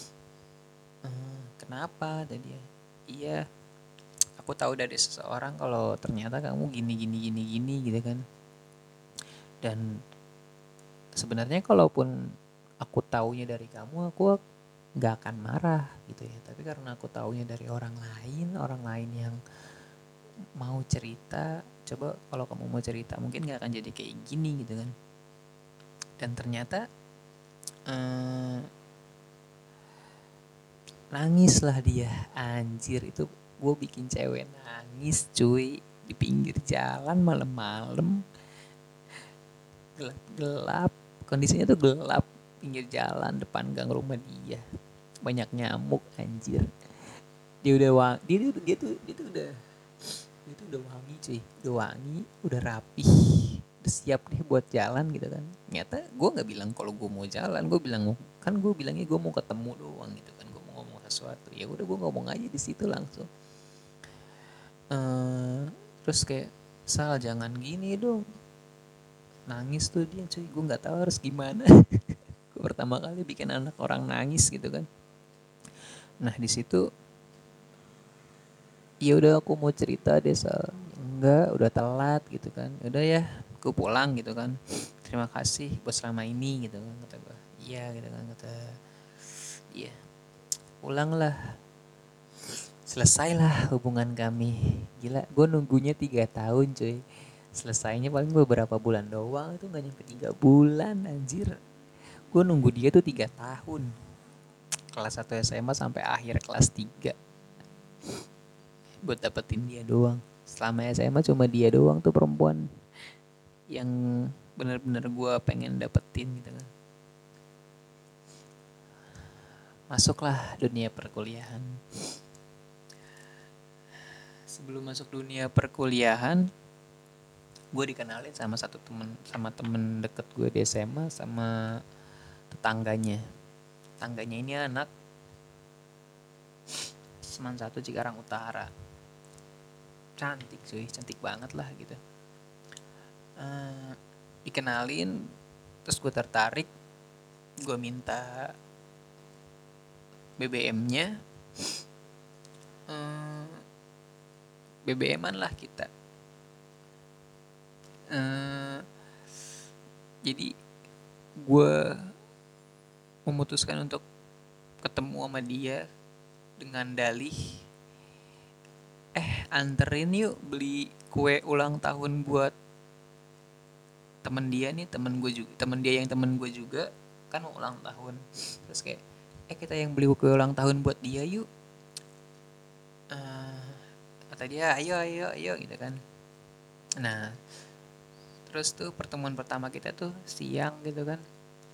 A: Kenapa tadi ya? Iya, aku tahu dari seseorang kalau ternyata kamu gini gitu kan. Dan sebenarnya kalaupun aku taunya dari kamu, aku nggak akan marah gitu ya. Tapi karena aku taunya dari orang lain yang mau cerita, coba kalau kamu mau cerita mungkin nggak akan jadi kayak gini gitu kan. Dan ternyata nangis lah dia, anjir itu gue bikin cewek nangis cuy di pinggir jalan malam-malam, gelap-gelap, kondisinya tuh gelap, pinggir jalan depan gang rumah dia, banyak nyamuk anjir. Dia tuh udah wangi cuy, udah wangi, udah rapih, udah siap deh buat jalan gitu kan. Ternyata gue nggak bilang kalau gue mau jalan, gue bilangnya gue mau ketemu doang gitu kan, gue mau ngomong sesuatu. Ya udah gue ngomong aja di situ langsung. Eh, terus kayak, Sal jangan gini dong, nangis tuh dia cuy, gue nggak tahu harus gimana. Gue pertama kali bikin anak orang nangis gitu kan. Nah di situ, ya udah aku mau cerita deh Sal. Enggak, udah telat gitu kan. Udah ya, aku pulang gitu kan. Terima kasih buat selama ini gitu kan, kata gue. Iya gitu kan, kata iya. Pulanglah, selesailah hubungan kami. Gila, gue nunggunya 3 tahun cuy. Selesainya paling beberapa bulan doang, itu gak nyampe 3 bulan anjir. Gue nunggu dia tuh 3 tahun. Kelas 1 SMA sampai akhir kelas 3 buat dapetin dia doang. Selama SMA cuma dia doang tuh perempuan yang benar-benar gue pengen dapetin gitu kan. Masuklah dunia perkuliahan. Sebelum masuk dunia perkuliahan, gue dikenalin sama temen deket gue di SMA, sama tetangganya. Tetangganya ini anak Seman 1 Cikarang Utara. Cantik cuy, cantik banget lah gitu. Dikenalin, terus gue tertarik, gue minta BBM-nya, BBM-an lah kita. Jadi gue memutuskan untuk ketemu sama dia dengan dalih, anterin yuk beli kue ulang tahun buat temen dia nih, temen dia yang temen gue juga kan mau ulang tahun. Terus kayak, kita yang beli kue ulang tahun buat dia yuk. Kata dia, ayo ayo ayo gitu kan. Nah terus tuh pertemuan pertama kita tuh siang gitu kan.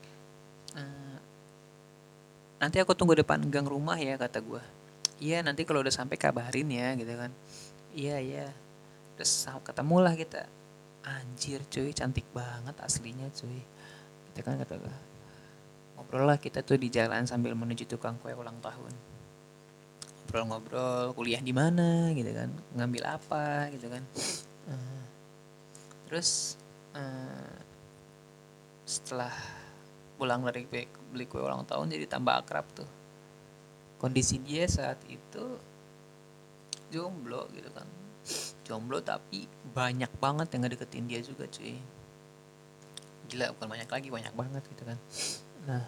A: Nanti aku tunggu depan gang rumah ya, kata gue. Iya nanti kalau udah sampai kabarin ya gitu kan. Iya iya. Terus ketemulah kita. Anjir cuy, cantik banget aslinya cuy. Kita kan, kata gue, ngobrol lah kita tuh di jalan sambil menuju tukang kue ulang tahun. Ngobrol-ngobrol, kuliah di mana gitu kan, ngambil apa gitu kan. Terus setelah pulang dari beli kue ulang tahun jadi tambah akrab tuh. Kondisi dia saat itu jomblo gitu kan. Jomblo tapi banyak banget yang ngedeketin dia juga cuy. Gila, bukan banyak lagi, banyak banget gitu kan. Nah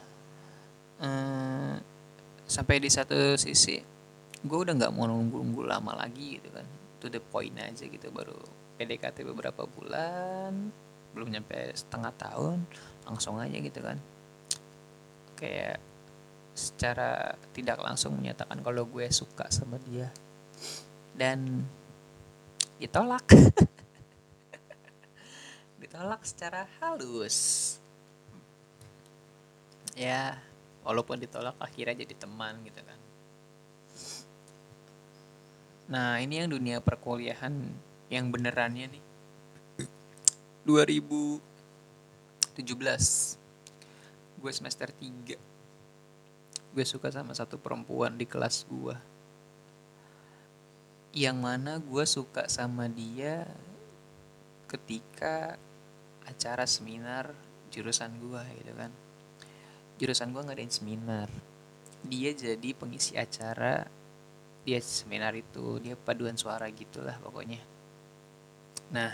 A: sampai di satu sisi gue udah nggak mau nunggu lama lagi gitu kan, to the point aja gitu. Baru PDKT beberapa bulan, belum nyampe setengah tahun, langsung aja gitu kan, kayak secara tidak langsung menyatakan kalau gue suka sama dia, dan ditolak. Ditolak secara halus ya, walaupun ditolak akhirnya jadi teman gitu kan. Nah ini yang dunia perkuliahan yang benerannya nih, 2017 gue semester 3, gue suka sama satu perempuan di kelas gue, yang mana gue suka sama dia ketika acara seminar jurusan gue gitu kan. Jurusan gue ngadain seminar, dia jadi pengisi acara. Dia seminar itu, dia paduan suara gitulah pokoknya. Nah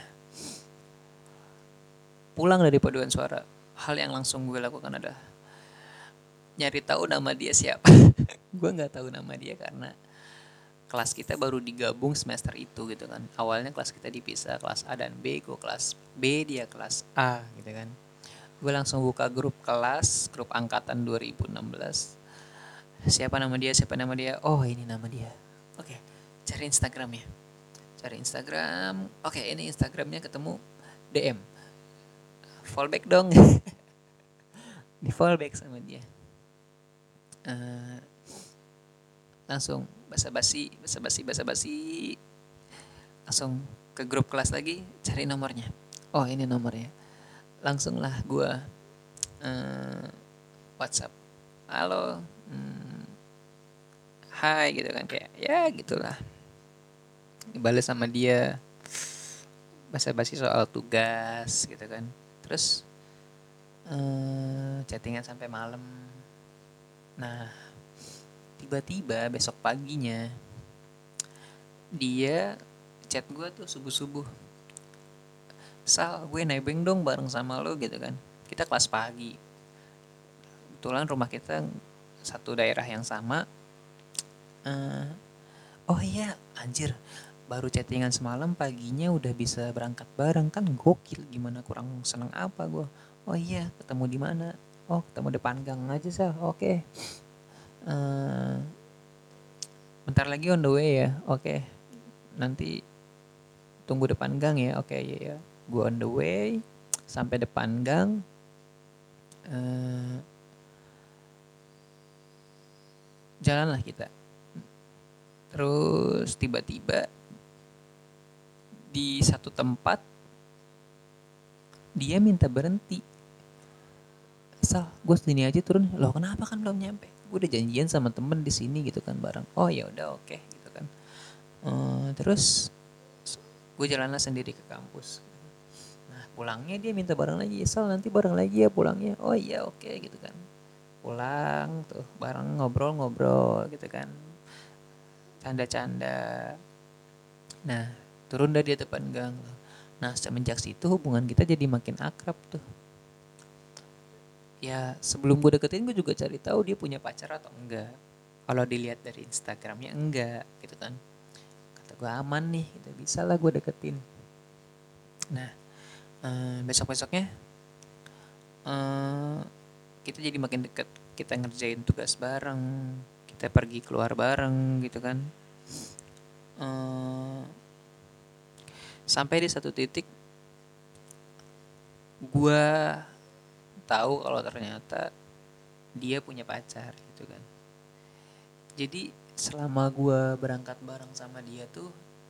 A: pulang dari paduan suara, hal yang langsung gue lakukan adalah nyari tahu nama dia siapa. Gue nggak tahu nama dia karena kelas kita baru digabung semester itu gitu kan. Awalnya kelas kita dipisah, kelas A dan B, gue kelas B, dia kelas A gitu kan. Gue langsung buka grup kelas, grup angkatan 2016. Siapa nama dia, siapa nama dia, oh ini nama dia. Oke, cari Instagramnya. Cari Instagram, oke ini Instagramnya ketemu, DM, fallback dong. Di fallback sama dia. Eh, Langsung basa-basi, langsung ke grup kelas lagi, cari nomornya. Oh ini nomornya. Langsung lah gue WhatsApp, halo, hai gitu kan, kayak ya gitulah. Dibalas sama dia, basa-basi soal tugas gitu kan. Terus chattingan sampai malam. Nah, tiba-tiba besok paginya dia chat gue tuh subuh-subuh. Sal, gue nebeng dong bareng sama lo gitu kan. Kita kelas pagi. Kebetulan rumah kita satu daerah yang sama. Eh, oh iya, anjir. Baru chattingan semalam, paginya udah bisa berangkat bareng, kan gokil. Gimana kurang seneng apa gue. Oh iya, ketemu di mana? Oh, ketemu depan gang aja, Sal. Oke. Eh, Bentar lagi on the way ya. Oke. Nanti tunggu depan gang ya. Oke, iya ya. Gue on the way sampai depan gang. Jalanlah kita. Terus tiba-tiba di satu tempat dia minta berhenti. Sal, gue sini aja turun. Loh kenapa, kan belum nyampe? Gue udah janjian sama temen di sini gitu kan bareng. Oh ya udah oke gitu kan. Terus gue jalanlah sendiri ke kampus. Nah pulangnya dia minta bareng lagi. Sal nanti bareng lagi ya pulangnya. Oh iya oke gitu kan. Pulang tuh bareng ngobrol-ngobrol gitu kan. Canda-canda. Nah turun dari depan gang. Nah semenjak situ hubungan kita jadi makin akrab tuh. Ya sebelum gue deketin gue juga cari tahu dia punya pacar atau enggak. Kalau dilihat dari Instagramnya enggak gitu kan. Kata gue aman nih gitu, bisa lah gue deketin. Nah besok-besoknya eh, kita jadi makin deket. Kita ngerjain tugas bareng, kita pergi keluar bareng gitu kan. eh, Sampai di satu titik gue tahu kalau ternyata dia punya pacar gitu kan. Jadi selama gue berangkat bareng sama dia tuh,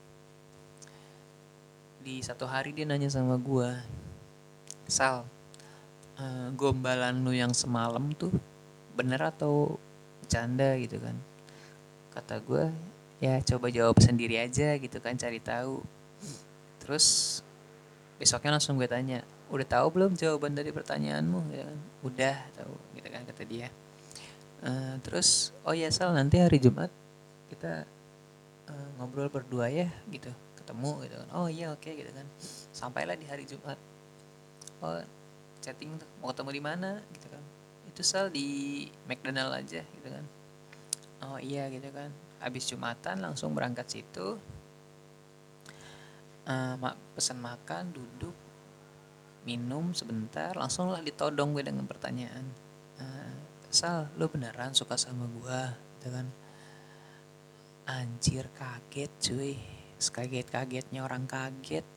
A: di satu hari dia nanya sama gue, Sal, gombalan lu yang semalam tuh bener atau bercanda gitu kan. Kata gue, ya coba jawab sendiri aja gitu kan, cari tahu. Terus besoknya langsung gue tanya, udah tahu belum jawaban dari pertanyaanmu gitu kan. Udah tahu gitu kan kata dia. Terus oh ya Sal, nanti hari Jumat kita ngobrol berdua ya gitu, ketemu gitu kan. Oh iya oke gitu kan. Sampailah di hari Jumat. Oh chatting tuh, mau ketemu di mana gitu kan. Itu Sal di McDonald aja gitu kan. Oh iya gitu kan. Habis Jumatan langsung berangkat situ. Pesan makan, duduk, minum sebentar, langsung lah ditodong gue dengan pertanyaan. Sal, lo beneran suka sama gue? Gitu kan. Anjir kaget cuy. Sekaget-kagetnya orang kaget.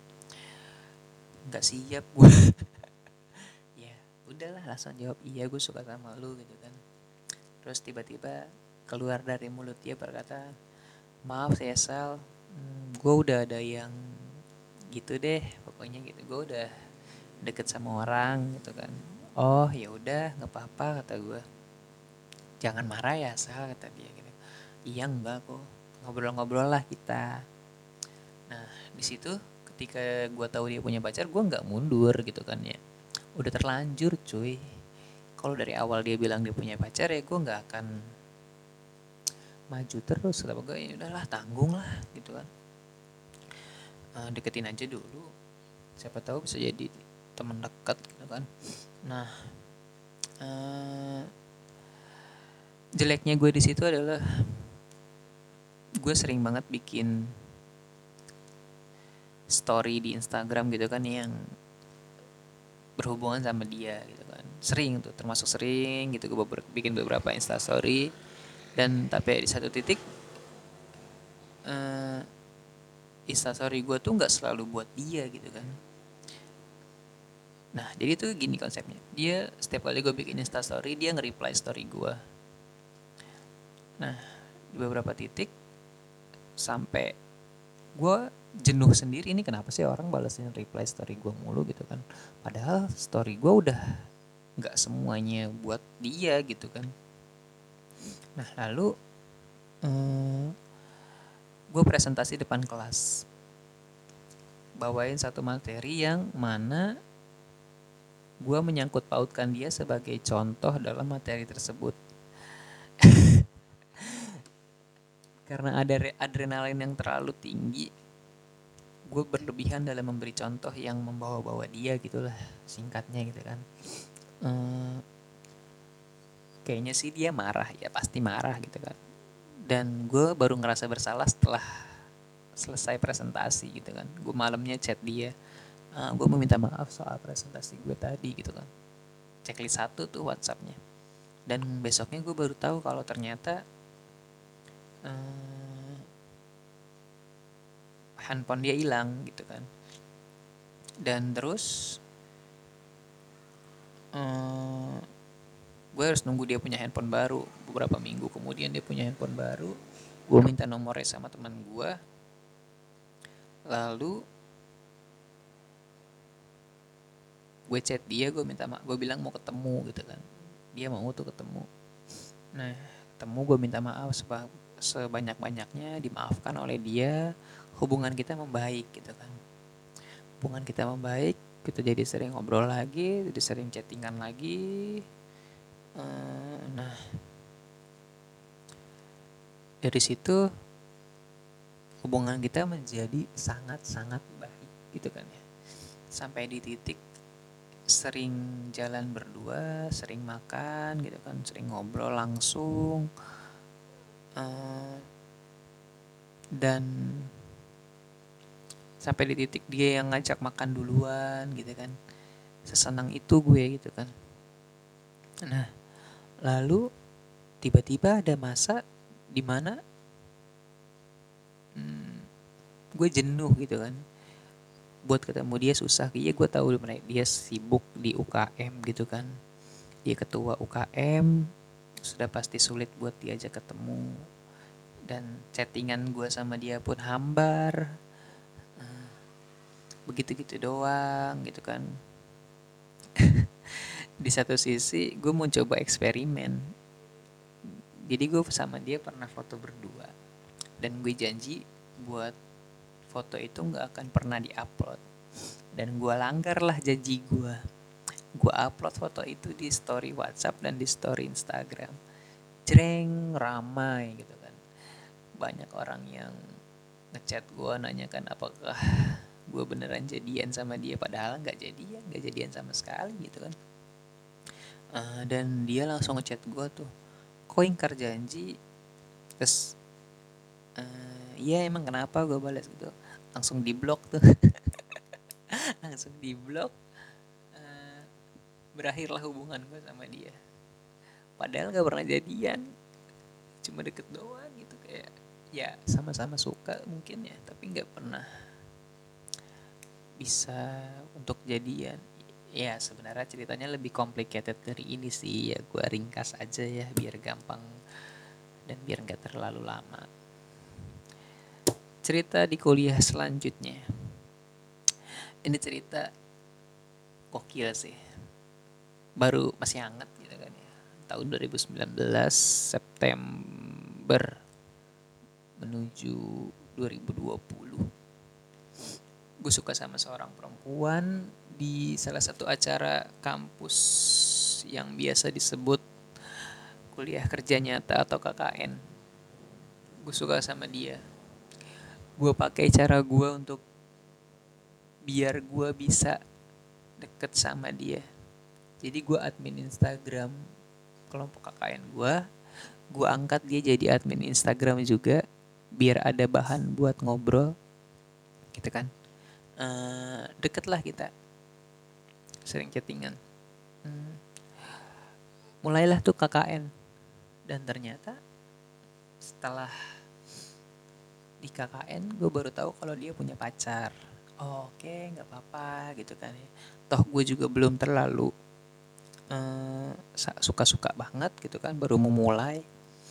A: Gak siap gue. Ya udahlah langsung jawab iya gue suka sama lu gitu kan. Terus tiba-tiba keluar dari mulut dia berkata, maaf ya Sal, gue udah ada yang gitu deh, pokoknya gitu, gue udah deket sama orang gitu kan. Oh ya udah nggak apa-apa kata gue, jangan marah ya Sal kata dia gitu. Iya enggak kok, ngobrol-ngobrol lah kita. Nah di situ ketika gue tahu dia punya pacar, gue nggak mundur gitu kan ya, udah terlanjur cuy. Kalau dari awal dia bilang dia punya pacar ya gue nggak akan maju terus, kata gue ya udahlah tanggung lah gitu kan. Deketin aja dulu, siapa tahu bisa jadi teman dekat gitu kan. Nah jeleknya gue di situ adalah gue sering banget bikin story di Instagram gitu kan yang berhubungan sama dia gitu kan, sering tuh, termasuk sering gitu gue bikin beberapa Insta story. Dan tapi di satu titik instastory gue tuh nggak selalu buat dia gitu kan. Nah jadi tuh gini konsepnya, dia setiap kali gue bikin instastory dia nge-reply story gue. Nah di beberapa titik sampai gue jenuh sendiri, ini kenapa sih orang balesin reply story gue mulu gitu kan, padahal story gue udah nggak semuanya buat dia gitu kan. Nah lalu gue presentasi depan kelas, bawain satu materi yang mana gue menyangkut pautkan dia sebagai contoh dalam materi tersebut. Karena ada adrenalin yang terlalu tinggi, gue berlebihan dalam memberi contoh yang membawa-bawa dia gitulah singkatnya gitu kan. Kayaknya sih dia marah, ya pasti marah gitu kan. Dan gue baru ngerasa bersalah setelah selesai presentasi gitu kan. Gue malamnya chat dia, gue mau minta maaf soal presentasi gue tadi gitu kan. Checklist 1 tuh WhatsAppnya. Dan besoknya gue baru tahu kalau ternyata handphone dia hilang gitu kan. Dan terus gue harus nunggu dia punya handphone baru. Beberapa minggu kemudian dia punya handphone baru. Gue minta nomornya sama teman gue. Lalu gue chat dia, gue bilang mau ketemu gitu kan. Dia mau tuh ketemu. Nah ketemu, gue minta maaf sebanyak-banyaknya, dimaafkan oleh dia. Hubungan kita membaik gitu kan. Hubungan kita membaik, kita jadi sering ngobrol lagi, jadi sering chattingan lagi. Nah dari situ hubungan kita menjadi sangat-sangat baik gitu kan ya. Sampai di titik sering jalan berdua, sering makan gitu kan, sering ngobrol langsung. Dan sampai di titik dia yang ngajak makan duluan gitu kan. Sesenang itu gue gitu kan. Nah lalu tiba-tiba ada masa dimana gue jenuh gitu kan, buat ketemu dia susah. Iya gue tahu dia sibuk di UKM gitu kan, dia ketua UKM, sudah pasti sulit buat diajak ketemu. Dan chattingan gue sama dia pun hambar, begitu-gitu doang gitu kan. Di satu sisi gue mau coba eksperimen, jadi gue sama dia pernah foto berdua, dan gue janji buat foto itu gak akan pernah diupload. Dan gue langgar lah janji gue upload foto itu di story WhatsApp dan di story Instagram. Jreng, ramai gitu kan. Banyak orang yang ngechat gue, nanyakan apakah gue beneran jadian sama dia, padahal gak jadian sama sekali gitu kan. Dan dia langsung ngechat gue tuh, kok ingkar janji? Terus iya emang kenapa, gue balas gitu. Langsung di blok tuh. Langsung di blok. Berakhirlah hubungan gue sama dia. Padahal gak pernah jadian, cuma deket doang gitu, kayak ya sama-sama suka mungkin ya, tapi gak pernah bisa untuk jadian. Ya sebenarnya ceritanya lebih complicated dari ini sih, ya gue ringkas aja ya biar gampang dan biar gak terlalu lama. Cerita di kuliah selanjutnya, ini cerita gokil sih, baru masih hangat gitu kan ya. Tahun 2019 September menuju 2020, gue suka sama seorang perempuan di salah satu acara kampus yang biasa disebut kuliah kerja nyata atau KKN. Gue suka sama dia. Gue pakai cara gue untuk biar gue bisa deket sama dia. Jadi gue admin Instagram kelompok KKN gue angkat dia jadi admin Instagram juga, biar ada bahan buat ngobrol gitu kan. Deket lah kita, sering chattingan. Mulailah tuh KKN, dan ternyata setelah di KKN gue baru tahu kalau dia punya pacar. Oh, oke, nggak apa-apa gitu kan ya. Toh gue juga belum terlalu suka-suka banget gitu kan, baru memulai.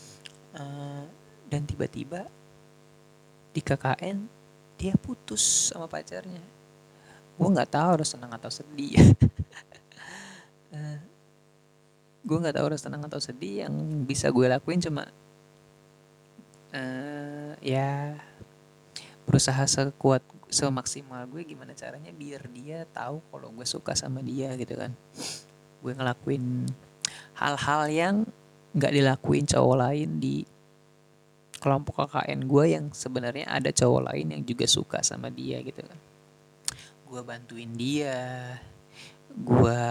A: Dan tiba-tiba di KKN dia putus sama pacarnya. Gue nggak tahu harus senang atau sedih. Gue nggak tahu harus senang atau sedih. Yang bisa gue lakuin cuma ya berusaha semaksimal gue gimana caranya biar dia tahu kalau gue suka sama dia gitu kan. Gue ngelakuin hal-hal yang nggak dilakuin cowok lain di kelompok KKN gue, yang sebenarnya ada cowok lain yang juga suka sama dia gitu kan. Gue bantuin dia, gue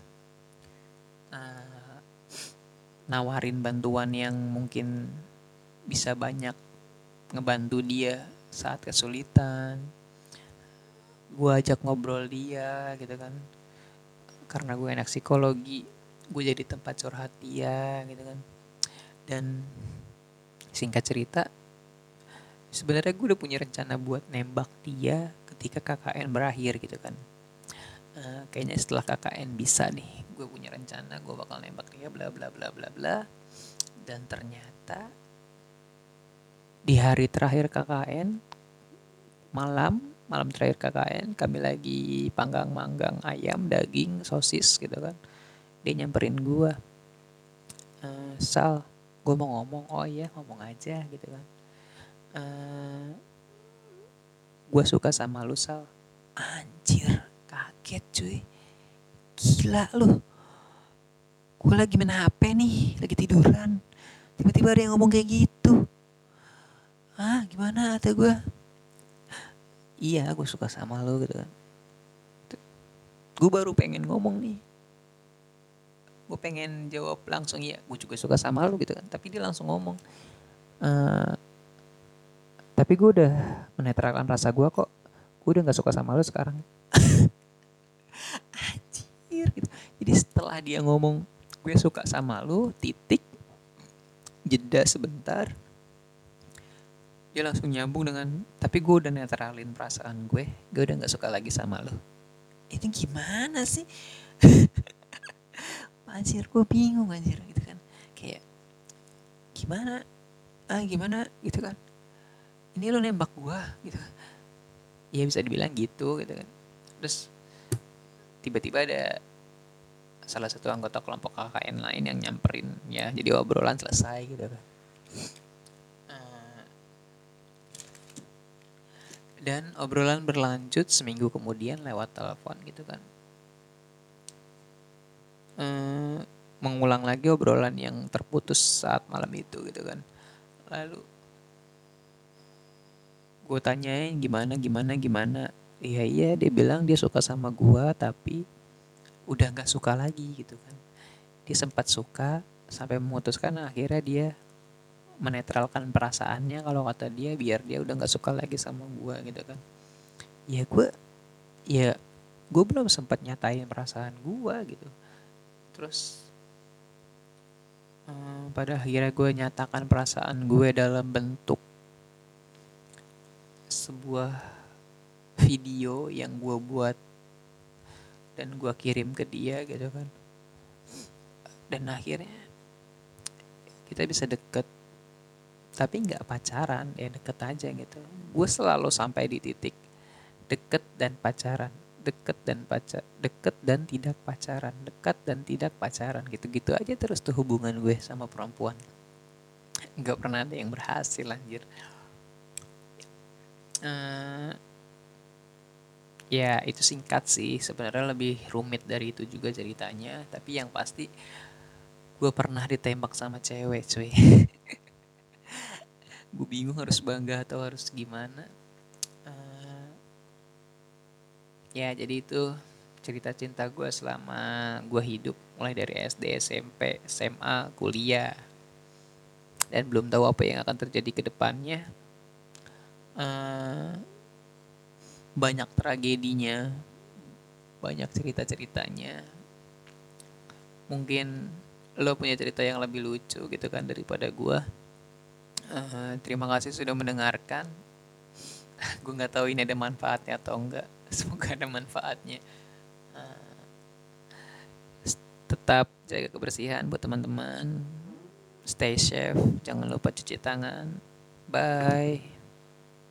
A: nawarin bantuan yang mungkin bisa banyak ngebantu dia saat kesulitan. Gue ajak ngobrol dia gitu kan, karena gue anak psikologi, gue jadi tempat curhat dia gitu kan. Dan singkat cerita, sebenarnya gue udah punya rencana buat nembak dia ketika KKN berakhir gitu kan. Kayaknya setelah KKN bisa nih, gue punya rencana gue bakal nembak dia bla bla bla bla bla. Dan ternyata di hari terakhir KKN, malam terakhir KKN, kami lagi panggang-manggang ayam, daging, sosis gitu kan. Dia nyamperin gue, Sal, gue mau ngomong. Oh iya, ngomong aja gitu kan. Gue suka sama lu, Sal. Anjir, kaget cuy. Gila lu. Gue lagi main HP nih, lagi tiduran. Tiba-tiba ada yang ngomong kayak gitu. Gimana kata gue? Iya, gue suka sama lu gitu kan. Gue baru pengen ngomong nih. Gue pengen jawab langsung, iya gue juga suka sama lu gitu kan. Tapi dia langsung ngomong, tapi gue udah menetralkan rasa gue kok. Gue udah gak suka sama lu sekarang. Anjir gitu. Jadi setelah dia ngomong gue suka sama lu, titik, jeda sebentar, dia langsung nyambung dengan, tapi gue udah netralin perasaan gue udah gak suka lagi sama lu. Itu gimana sih? Anjir, gue bingung anjir gitu kan. Kayak gimana gitu kan. Ini lu nembak gue gitu kan. Ya bisa dibilang gitu gitu kan. Terus tiba-tiba ada salah satu anggota kelompok KKN lain yang nyamperin ya, jadi obrolan selesai gitu kan. Dan obrolan berlanjut seminggu kemudian lewat telepon gitu kan. Mengulang lagi obrolan yang terputus saat malam itu gitu kan. Lalu gue tanyain gimana. Iya dia bilang dia suka sama gue tapi udah gak suka lagi gitu kan. Dia sempat suka sampai memutuskan, akhirnya dia menetralkan perasaannya kalau kata dia biar dia udah gak suka lagi sama gue gitu kan. Ya gue belum sempat nyatain perasaan gue gitu. Terus pada akhirnya gue nyatakan perasaan gue dalam bentuk sebuah video yang gue buat dan gue kirim ke dia gitu kan. Dan akhirnya kita bisa deket, tapi nggak pacaran, ya deket aja gitu. Gue selalu sampai di titik deket dan pacaran, deket dan tidak pacaran, dekat dan tidak pacaran, gitu-gitu aja terus tuh hubungan gue sama perempuan. Nggak pernah ada yang berhasil anjir. Ya itu singkat sih, sebenarnya lebih rumit dari itu juga ceritanya. Tapi yang pasti gue pernah ditembak sama cewek cuy. Gue bingung harus bangga atau harus gimana. Ya jadi itu cerita cinta gue selama gue hidup, mulai dari SD, SMP, SMA, kuliah, dan belum tahu apa yang akan terjadi ke depannya. Banyak tragedinya, banyak cerita-ceritanya. Mungkin lo punya cerita yang lebih lucu gitu kan daripada gue. Terima kasih sudah mendengarkan. Gue nggak tahu ini ada manfaatnya atau enggak. Semoga ada manfaatnya. Tetap jaga kebersihan buat teman-teman. Stay safe, jangan lupa cuci tangan. Bye.